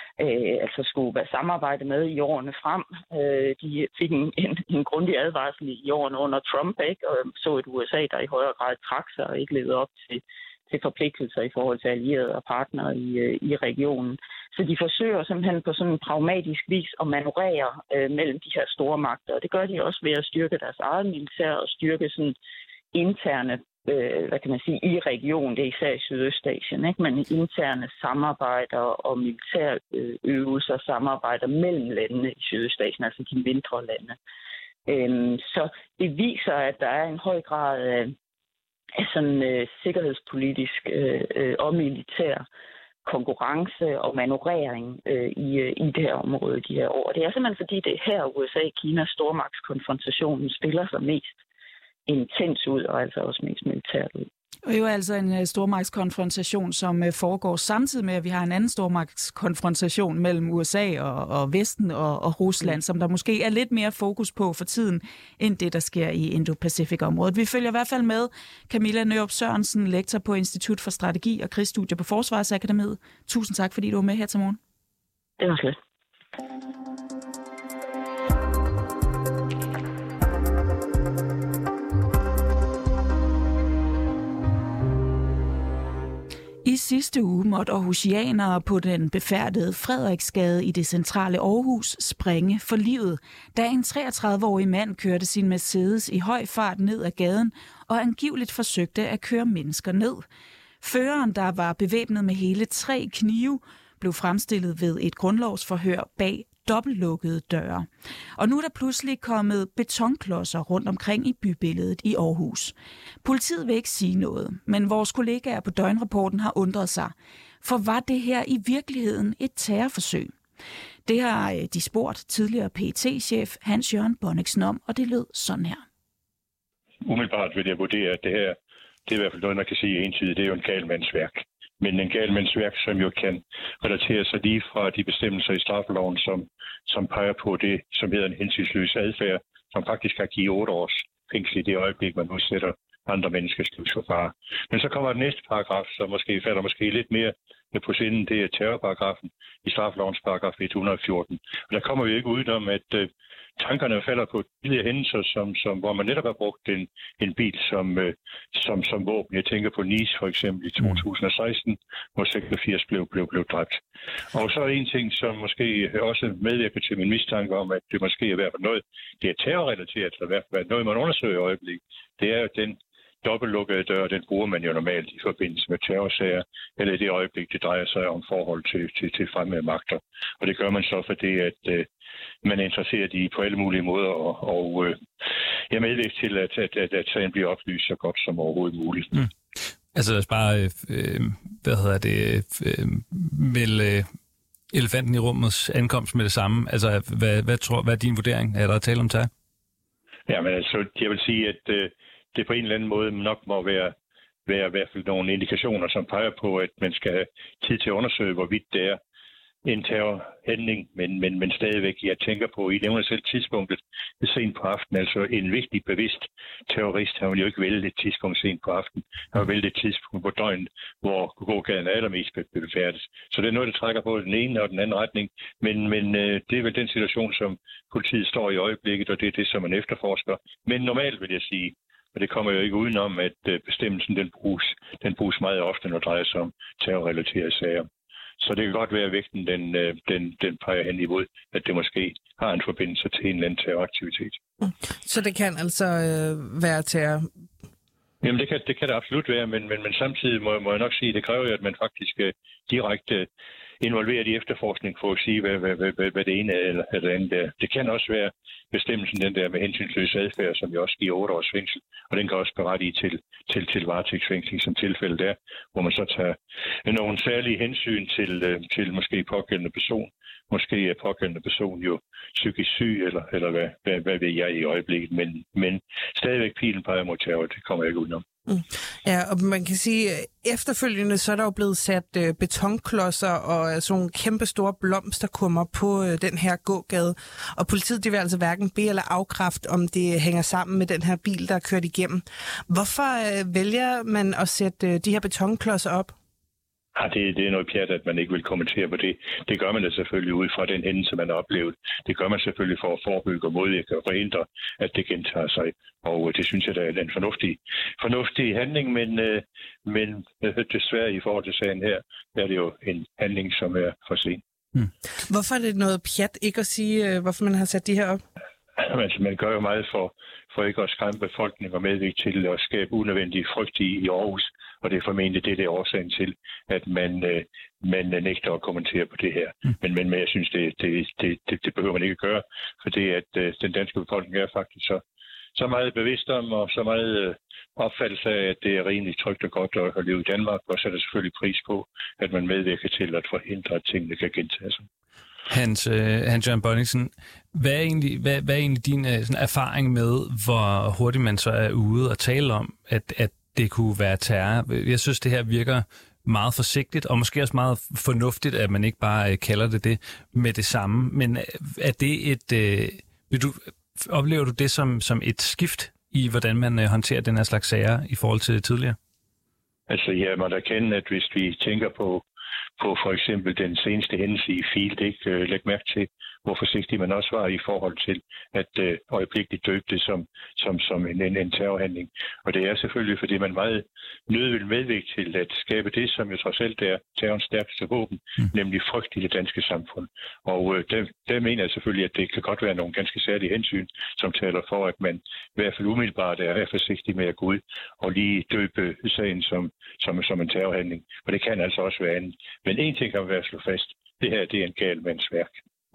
Speaker 9: samarbejde med i årene frem. De fik en grundig advarsel i årene under Trump, ikke? Og så et USA, der i højere grad trak sig og ikke levede op til forpligtelser i forhold til allierede og partnere i regionen. Så de forsøger simpelthen på sådan en pragmatisk vis at manøvrere mellem de her store magter. Og det gør de også ved at styrke deres eget militær og styrke sådan interne i regionen, det er især i Sydøstasien, ikke? Men interne samarbejder og militærøvelser samarbejder mellem landene i Sydøstasien, altså de mindre lande. Så det viser, at der er en høj grad af sådan sikkerhedspolitisk og militær konkurrence og manøvrering i det her område de her år. Det er simpelthen fordi, det er her USA-Kinas stormagtskonfrontationen spiller sig mest intens ud, og altså også mest militært ud.
Speaker 1: Og jo altså en stormagtskonfrontation, som foregår samtidig med, at vi har en anden stormagtskonfrontation mellem USA og Vesten og Rusland, som der måske er lidt mere fokus på for tiden, end det, der sker i Indo-Pacific-området. Vi følger i hvert fald med Camilla Nørup Sørensen, lektor på Institut for Strategi og Krigsstudier på Forsvarsakademiet. Tusind tak, fordi du var med her til morgen.
Speaker 9: Det var slet.
Speaker 1: I sidste uge måtte aarhusianere på den befærdede Frederiksgade i det centrale Aarhus springe for livet, da en 33-årig mand kørte sin Mercedes i høj fart ned ad gaden og angiveligt forsøgte at køre mennesker ned. Føreren, der var bevæbnet med hele 3 knive, blev fremstillet ved et grundlovsforhør bag dobbeltlukkede døre. Og nu er der pludselig kommet betonklodser rundt omkring i bybilledet i Aarhus. Politiet vil ikke sige noget, men vores kollegaer på Døgnrapporten har undret sig. For var det her i virkeligheden et terrorforsøg? Det har de spurgt tidligere PET-chef Hans-Jørgen Bonniksen om, og det lød sådan her.
Speaker 10: Umiddelbart vil jeg vurdere, at det her, det er i hvert fald noget, man kan sige entydigt, det er jo en galmandsværk. Men en galmandsværk, som jo kan relatere sig lige fra de bestemmelser i straffeloven, som peger på det, som hedder en hensynsløs adfærd, som faktisk har givet 8 års fængsel i det øjeblik, man udsætter andre menneskers liv for fare. Men så kommer den næste paragraf, som måske falder lidt mere på sinden, det er terrorparagrafen i straffelovens paragraf 114. Og der kommer vi ikke udenom, at tankerne falder på tidligere hændelser, hvor man netop har brugt en bil som våben. Jeg tænker på Nice for eksempel i 2016, hvor 86 blev dræbt. Og så er en ting, som måske også medvirker til min mistanke om, at det måske er i hvert fald noget, det er terrorrelateret, eller i hvert fald noget, man undersøger i øjeblikket. Det er jo den dobbeltlukkede dør, den bruger man jo normalt i forbindelse med terrorsager, eller i det øjeblik, det drejer sig om forhold til fremmede magter. Og det gør man så, fordi at man er interesseret i på alle mulige måder, og jeg medvirker til, at sagen bliver oplyst så godt som overhovedet muligt. Mm.
Speaker 11: Altså lad os bare, vel elefanten i rummets ankomst med det samme. Altså hvad er din vurdering? Er der tale om terror?
Speaker 10: Ja, men altså, jeg vil sige, at det på en eller anden måde nok må være i hvert fald nogle indikationer, som peger på, at man skal have tid til at undersøge, hvorvidt det er en terrorhandling, men stadigvæk, jeg tænker på, I nævner selv tidspunktet sent på aftenen, altså en vigtig bevidst terrorist har jo ikke vælget et tidspunkt sent på aftenen, han har vælget et tidspunkt på døgnet, hvor gågaden er allermest befærdet. Så det er noget, der trækker på den ene og den anden retning, men det er vel den situation, som politiet står i øjeblikket, og det er det, som man efterforsker. Men normalt vil jeg sige, og det kommer jo ikke udenom, at bestemmelsen den bruges meget ofte, når det drejer sig om terrorrelaterede sager. Så det kan godt være, at vægten den peger hen imod, at det måske har en forbindelse til en eller anden terroraktivitet.
Speaker 12: Så det kan altså være terror?
Speaker 10: Jamen, det kan det absolut være, men samtidig må jeg nok sige, at det kræver jo, at man faktisk direkte involverer de efterforskning for at sige, hvad det ene eller det andet er. Det kan også være bestemmelsen, den der med hensynsløs adfærd, som jo også giver 8 års fængsel, og den kan også berettige til varetægtsfængsling, som tilfældet er, hvor man så tager nogle særlige hensyn til måske pågældende person. Måske er pågældende person jo psykisk syg, eller hvad ved jeg i øjeblikket, men stadigvæk pilen peger mod terror, det kommer jeg ikke udenom.
Speaker 12: Ja, og man kan sige, at efterfølgende så er der jo blevet sat betonklodser og sådan nogle kæmpe store blomsterkummer på den her gågade. Og politiet vil altså hverken bede eller afkræfte, om det hænger sammen med den her bil, der er kørt igennem. Hvorfor vælger man at sætte de her betonklodser op?
Speaker 10: Ja, det er noget pjat, at man ikke vil kommentere på det. Det gør man da selvfølgelig ud fra den hændelse, man har oplevet. Det gør man selvfølgelig for at forebygge og modvirke og forhindre, at det gentager sig. Og det synes jeg, der er en fornuftig handling, men desværre i forhold til sagen her, er det jo en handling, som er for sent.
Speaker 12: Hvorfor er det noget pjat ikke at sige, hvorfor man har sat de her op?
Speaker 10: Altså, man gør jo meget for ikke at skræmme befolkningen og medvirke til at skabe unødvendig frygt i Aarhus. Og det er formentlig det er årsagen til, at man nægter at kommentere på det her. Men jeg synes, det behøver man ikke at gøre, fordi at den danske befolkning er faktisk så meget bevidst om, og så meget opfattelse af, at det er rimelig trygt og godt at leve i Danmark, og så er der selvfølgelig pris på, at man medvirker til at forhindre, at tingene kan gentage sig.
Speaker 11: Hans-Jørgen Bonnichsen, hvad er egentlig din sådan, erfaring med, hvor hurtigt man så er ude og tale om, at det kunne være terror? Jeg synes, det her virker meget forsigtigt, og måske også meget fornuftigt, at man ikke bare kalder det med det samme. Men er det oplever du det som et skift i, hvordan man håndterer den her slags sager i forhold til tidligere?
Speaker 10: Altså, jeg må da kende, at hvis vi tænker på for eksempel den seneste hændelse i Field, ikke lægge mærke til, hvor forsigtig man også var i forhold til at øjeblikkeligt døbe det som en terrorhandling. Og det er selvfølgelig, fordi man meget nødt vil medvirke til at skabe det, som jo trods alt er terrorens stærkeste våben, nemlig frygt i det danske samfund. Og der mener jeg selvfølgelig, at det kan godt være nogle ganske særlige hensyn, som taler for, at man i hvert fald umiddelbart er forsigtig med at gå ud og lige døbe sagen som en terrorhandling. Og det kan altså også være andet. Men en ting kan man være slå fast. Det her, det er en gal mands værk.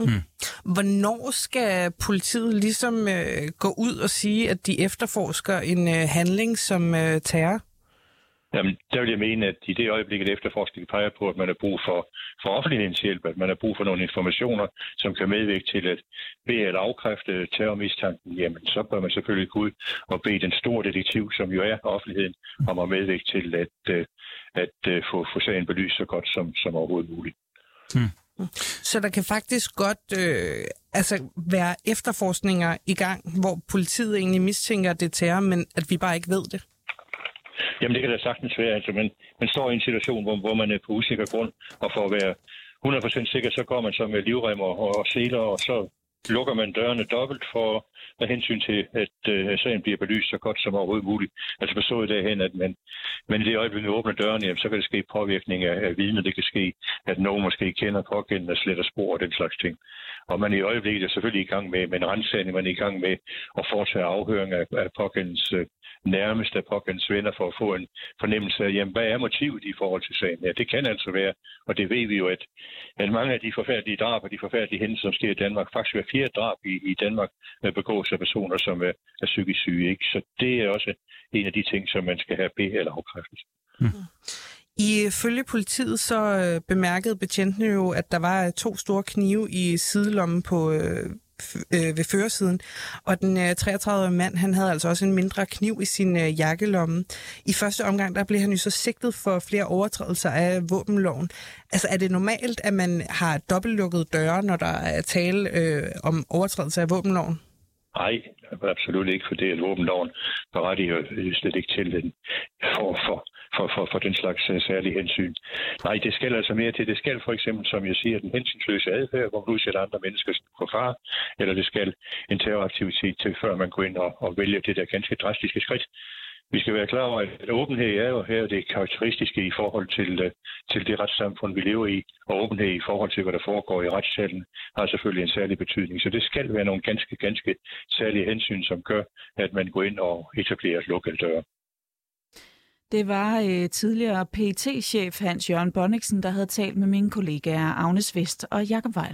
Speaker 12: Hvornår skal politiet ligesom gå ud og sige, at de efterforsker en handling som terror?
Speaker 10: Jamen, der vil jeg mene, at i det øjeblik, at efterforskningen peger på, at man har brug for offentlighedens hjælp, at man har brug for nogle informationer, som kan medvirke til at bede eller afkræfte terrormistanken, jamen, så bør man selvfølgelig gå ud og bede den store detektiv, som jo er offentligheden, om at medvirke til at få sagen belyst så godt som overhovedet muligt.
Speaker 12: Så der kan faktisk godt være efterforskninger i gang, hvor politiet egentlig mistænker, at det er terror, men at vi bare ikke ved det?
Speaker 10: Jamen, det kan da sagtens være. Altså, man står i en situation, hvor man er på usikker grund, og for at være 100% sikker, så går man så med livremmer og seler, og så lukker man dørene dobbelt for med hensyn til, at sagen bliver belyst så godt som overhovedet muligt. Altså forstået derhen, at man i det øjeblik, man åbner dørene, jamen, så kan det ske påvirkning af vidner. Det kan ske, at nogen måske kender pågældende og sletter spor og den slags ting. Og man i øjeblikket er selvfølgelig i gang med en ransagning, man er i gang med at foretage afhøring af pågældendes nærmeste af pågældendes venner for at få en fornemmelse af, jamen, hvad er motivet i forhold til sagen? Ja, det kan altså være, og det ved vi jo, at mange af de forfærdelige drab og de forfærdelige hændelser, som sker i Danmark, faktisk hver 4. drab i Danmark begås af personer, som er psykisk syge. Ikke? Så det er også en af de ting, som man skal have be- eller afkræftet.
Speaker 12: Ifølge politiet så bemærkede betjentene jo, at der var 2 store knive i sidelommen på ved førersiden, og den 33-årige mand, han havde altså også en mindre kniv i sin jakkelomme. I første omgang, der blev han jo så sigtet for flere overtrædelser af våbenloven. Altså, er det normalt, at man har dobbeltlukkede døre, når der er tale om overtrædelser af våbenloven?
Speaker 10: Nej, absolut ikke, for det at våbenloven berettiger slet ikke til den for den slags særlige hensyn. Nej, det skal altså mere til. Det skal for eksempel, som jeg siger, den hensynsløse adfærd, hvor man udsætter andre mennesker for fare, eller det skal en terroraktivitet til, før man går ind og vælger det der ganske drastiske skridt. Vi skal være klar over, at åbenhed er jo her det karakteristiske i forhold til det retssamfund, vi lever i, og åbenhed i forhold til, hvad der foregår i retssalen, har selvfølgelig en særlig betydning. Så det skal være nogle ganske særlige hensyn, som gør, at man går ind og etablerer lukkede døre.
Speaker 1: Det var tidligere PET-chef Hans Jørgen Bonnichsen, der havde talt med mine kollegaer Agnes Vest og Jakob Weil.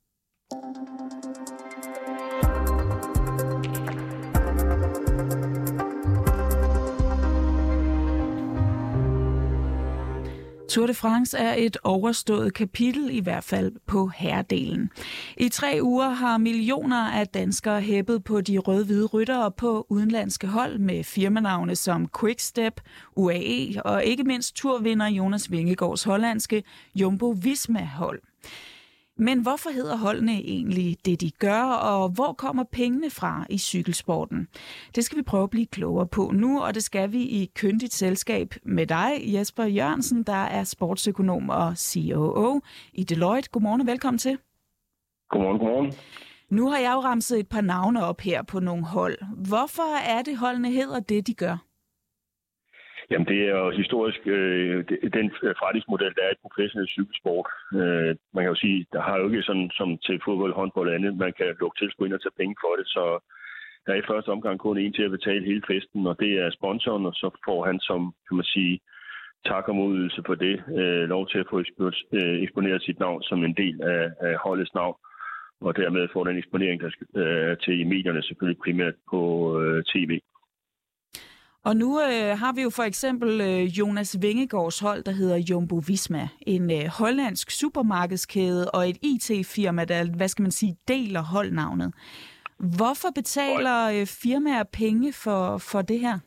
Speaker 1: Tour de France er et overstået kapitel, i hvert fald på herredelen. I 3 uger har millioner af danskere hæppet på de rød-hvide ryttere på udenlandske hold med firmanavne som Quickstep, UAE og ikke mindst turvinder Jonas Vingegaards hollandske Jumbo Visma-hold. Men hvorfor hedder holdene egentlig det, de gør, og hvor kommer pengene fra i cykelsporten? Det skal vi prøve at blive klogere på nu, og det skal vi i kyndigt selskab med dig, Jesper Jørgensen, der er sportsøkonom og COO i Deloitte. Godmorgen og velkommen til.
Speaker 13: Godmorgen.
Speaker 1: Nu har jeg jo ramset et par navne op her på nogle hold. Hvorfor er det, holdene hedder det, de gør?
Speaker 13: Jamen, det er jo historisk den forretningsmodel, der er i professionel cykelsport. Man kan jo sige, der har jo ikke sådan som til fodbold, håndbold og andet, man kan lukke tilskud ind og tage penge for det, så der er i første omgang kun en til at betale hele festen, og det er sponsoren, og så får han som, kan man sige, tak og modydelse for det, lov til at få eksponeret sit navn som en del af holdets navn, og dermed får den eksponering, der skal til i medierne, selvfølgelig primært på tv.
Speaker 1: Og nu har vi jo for eksempel Jonas Vingegaards hold, der hedder Jumbo Visma. En hollandsk supermarkedskæde og et IT-firma, der, hvad skal man sige, deler holdnavnet. Hvorfor betaler firmaer penge for det her?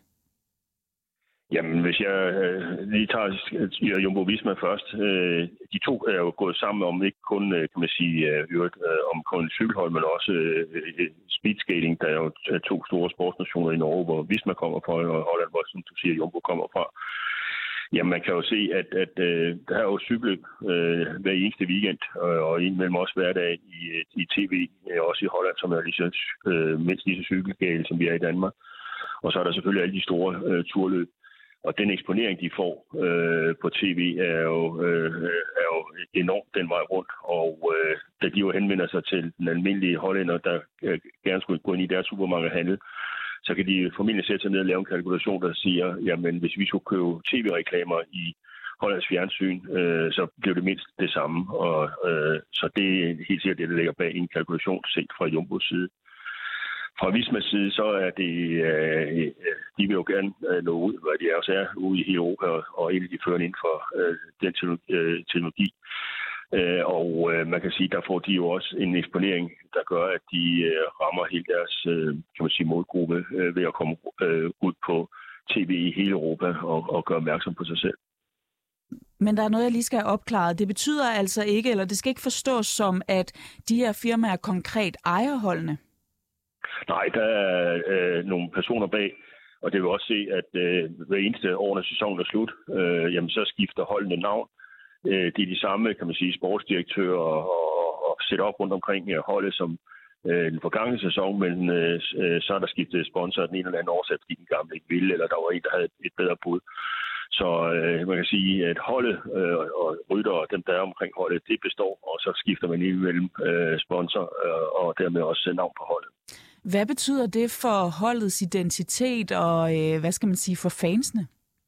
Speaker 13: Jamen, hvis jeg lige tager Jumbo Visma først. De to er jo gået sammen om ikke kun, kan man sige, om kun cykelhold, men også speedskating, der er jo 2 store sportsnationer i Norge, hvor Visma kommer fra, og Holland, hvor, som du siger, Jumbo kommer fra. Jamen, man kan jo se, at der er jo cykel hver eneste weekend, og indimellem også hver dag i tv, også i Holland, som er mindst lige så cykelgale, som vi er i Danmark. Og så er der selvfølgelig alle de store turløb. Og den eksponering, de får på tv, er jo enormt den vej rundt. Og da de jo henvender sig til den almindelige hollænder, der gerne skulle gå ind i deres supermarked og handle, så kan de formentlig sætte sig ned og lave en kalkulation, der siger, jamen hvis vi skulle købe tv-reklamer i Hollands fjernsyn, så bliver det mindst det samme. Og så det er helt sikkert det, der ligger bag en kalkulation set fra Jumbos side. Fra Vismas side, så er det, de vil jo gerne nå ud, hvad de også er ude i hele Europa, og en af de førende inden for den teknologi. Og man kan sige, der får de jo også en eksponering, der gør, at de rammer hele deres, kan man sige, målgruppe ved at komme ud på tv i hele Europa og gøre opmærksom på sig selv.
Speaker 1: Men der er noget, jeg lige skal have opklaret. Det betyder altså ikke, eller det skal ikke forstås som, at de her firmaer konkret ejer holdene.
Speaker 13: Nej, der er nogle personer bag, og det vil også se, at hver eneste år, når sæsonen er slut, jamen så skifter holdene navn. Det er de samme, kan man sige, sportsdirektører og setup rundt omkring holdet som den forgangne sæson, men så er der skiftet sponsor den ene eller anden årsag, fordi den gamle ikke ville, eller der var en, der havde et bedre bud. Så man kan sige, at holdet og rytter og dem, der er omkring holdet, det består, og så skifter man imellem sponsor og dermed også navn på holdet.
Speaker 1: Hvad betyder det for holdets identitet og, hvad skal man sige, for fansene?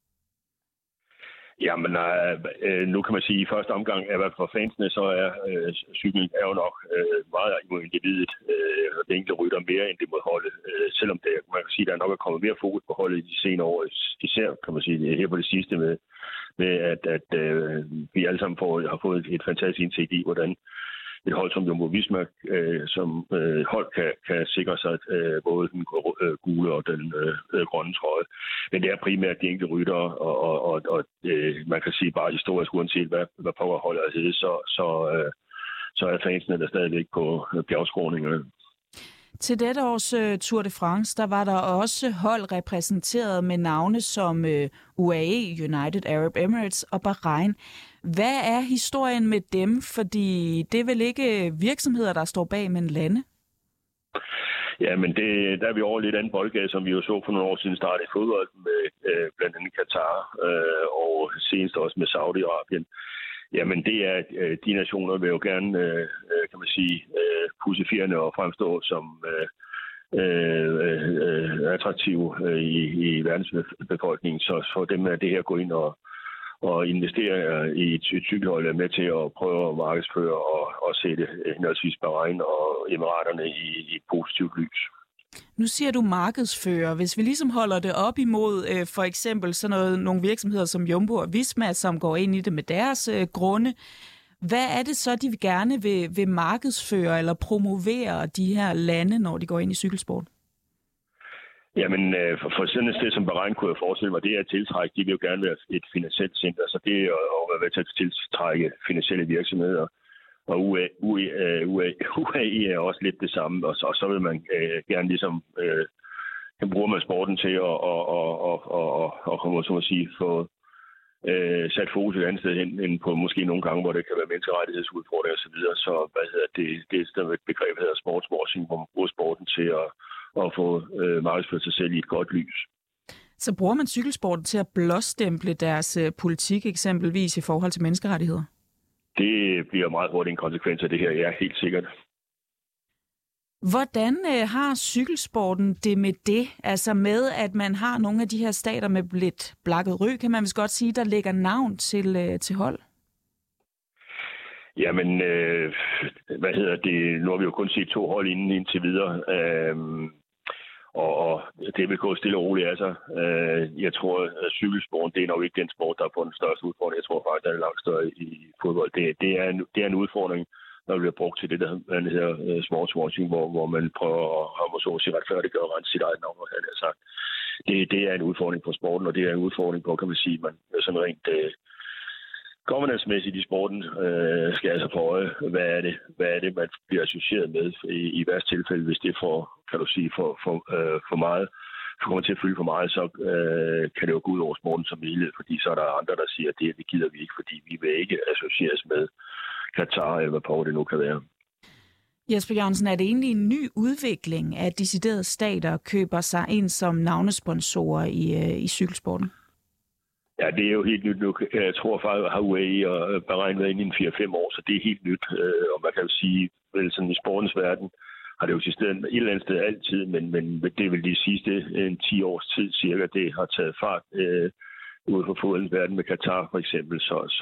Speaker 13: Jamen, nu kan man sige, at i første omgang, at for fansene, så er cykling er jo nok meget imod individet, og det enkelte rytter mere end det mod holdet. Selvom det, man kan sige, at der nok er kommet mere fokus på holdet i de senere år, især kan man sige her på det sidste med at vi alle sammen har fået et fantastisk indsigt i, hvordan et hold som Jumbo Visma som hold kan sikre sig både den gule og den grønne trøje. Men det er primært de enkelte ryttere, og man kan sige bare historisk, uanset hvad powerholdet er heddet, så er fansene der stadigvæk på bjergskråningerne.
Speaker 1: Til dette års Tour de France, der var der også hold repræsenteret med navne som UAE, United Arab Emirates og Bahrain. Hvad er historien med dem? Fordi det er vel ikke virksomheder, der står bag, men lande?
Speaker 13: Ja, men der er vi over lidt anden boldgade, som vi jo så for nogle år siden startede i fodbold med blandt andet Katar og senest også med Saudi-Arabien. Jamen det er, de nationer vil jo gerne, kan man sige, pudse fjerne og fremstå attraktive i verdensbefolkningen. Så for dem er det her gå ind og investere i et cykelhold er med til at prøve at markedsføre og sætte henholdsvis Bahrain og Emiraterne i et positivt lys.
Speaker 1: Nu siger du markedsfører. Hvis vi ligesom holder det op imod for eksempel nogle virksomheder som Jumbo og Visma, som går ind i det med deres grunde, hvad er det så, de gerne vil markedsføre eller promovere de her lande, når de går ind i cykelsport?
Speaker 13: Jamen, for sådan et sted som Bahrain kunne jeg forestille mig, det er at tiltrække. De vil jo gerne være et finansielt center, så det er at være med til at tiltrække finansielle virksomheder. Og UAE er også lidt det samme, og så vil man gerne ligesom, bruger man sporten til at få sat fokus et andet sted hen, end på måske nogle gange, hvor det kan være menneskerettighedsudfordringer osv. Så det er stadig et begreb, der hedder sportswashing, hvor man bruger sporten til at få markedsført sig selv i et godt lys.
Speaker 1: Så bruger man cykelsporten til at blåstemple deres politik eksempelvis i forhold til menneskerettigheder?
Speaker 13: Det bliver meget hurtigt en konsekvens af det her, ja, helt sikkert.
Speaker 1: Hvordan har cykelsporten det med det? Altså med, at man har nogle af de her stater med lidt blakket ry, kan man vist godt sige, der lægger navn til hold?
Speaker 13: Jamen, nu har vi jo kun set 2 hold indtil videre, og det vil gå stille og roligt af sig. Jeg tror, at cykelsporten, det er nok ikke den sport, der har fået den største udfordring. Jeg tror faktisk, der er langt større i fodbold. Det er en udfordring, når det bliver brugt til det, der hedder sportswashing, hvor man prøver at retfærdiggøre og rense sit eget navn, han har sagt. Det er en udfordring på sporten, og det er en udfordring på, kan man sige, man sådan rent governance-mæssigt i sporten skal altså få øje, hvad er det, man bliver associeret med i værste tilfælde, hvis det får, kan du sige, for meget, kommer til at fylde for meget, så kan det jo gå ud over sporten som helhed, fordi så er der andre, der siger, at det gider vi ikke, fordi vi vil ikke associeres med Katar, eller hvad på det nu kan være.
Speaker 1: Jesper Jørgensen, er det egentlig en ny udvikling, at deciderede stater køber sig ind som navnesponsorer i cykelsporten?
Speaker 13: Ja, det er jo helt nyt nu. Jeg tror faktisk, at UAE og Bahrain været inde i 4-5 år, så det er helt nyt. Og man kan jo sige, vel sådan i sportens verden har det jo eksisteret et eller andet sted altid, men det er vel de sidste 10 års tid cirka, det har taget fart ude for fodboldens verden med Katar for eksempel.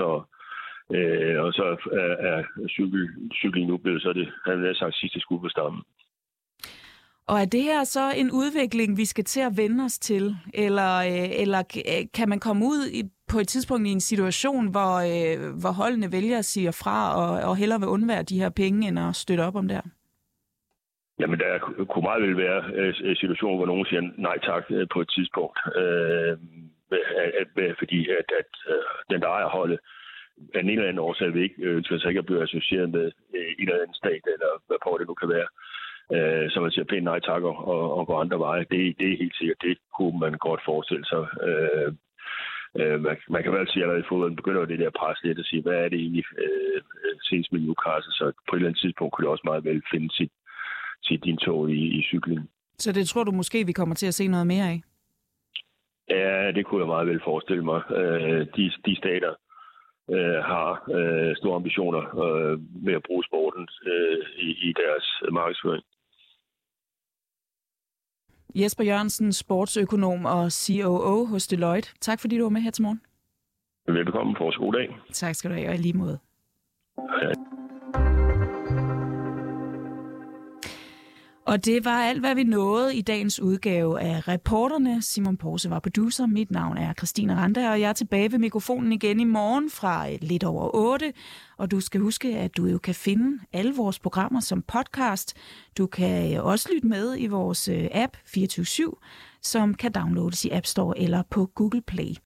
Speaker 13: Og så er cykling nu blevet så det, han har sagt, sidste skud på stammen.
Speaker 1: Og er det her så en udvikling, vi skal til at vende os til? Eller kan man komme ud på et tidspunkt i en situation, hvor holdene vælger at sige fra og hellere vil undvære de her penge, end at støtte op om det her?
Speaker 13: Jamen, der kunne meget vel være situationer, hvor nogen siger nej tak på et tidspunkt. Fordi at den, der ejer holdet, af en eller anden årsag vil ikke ønsker sig ikke at blive associeret med en eller anden stat, eller hvad på det nu kan være. Så man siger pænt nej tak og går andre veje. Det er helt sikkert, det kunne man godt forestille sig. Man kan vel sige, at allerede i fodbolden begynder det der pres lidt at sige, hvad er det egentlig senest med Newcastle, så på et eller andet tidspunkt kunne det også meget vel finde sit indtog i cykling. Så
Speaker 1: det tror du måske, vi kommer til at se noget mere af?
Speaker 13: Ja, det kunne jeg meget vel forestille mig. De stater har store ambitioner med at bruge sporten i deres markedsføring.
Speaker 1: Jesper Jørgensen, sportsøkonom og COO hos Deloitte. Tak fordi du var med her til morgen.
Speaker 13: Velbekomme for os. God dag.
Speaker 1: Tak skal du have, og i lige måde.
Speaker 13: Ja.
Speaker 1: Og det var alt, hvad vi nåede i dagens udgave af Reporterne. Simon Porse var producer. Mit navn er Christine Randa, og jeg er tilbage ved mikrofonen igen i morgen fra lidt over 8. Og du skal huske, at du jo kan finde alle vores programmer som podcast. Du kan også lytte med i vores app 24/7, som kan downloades i App Store eller på Google Play.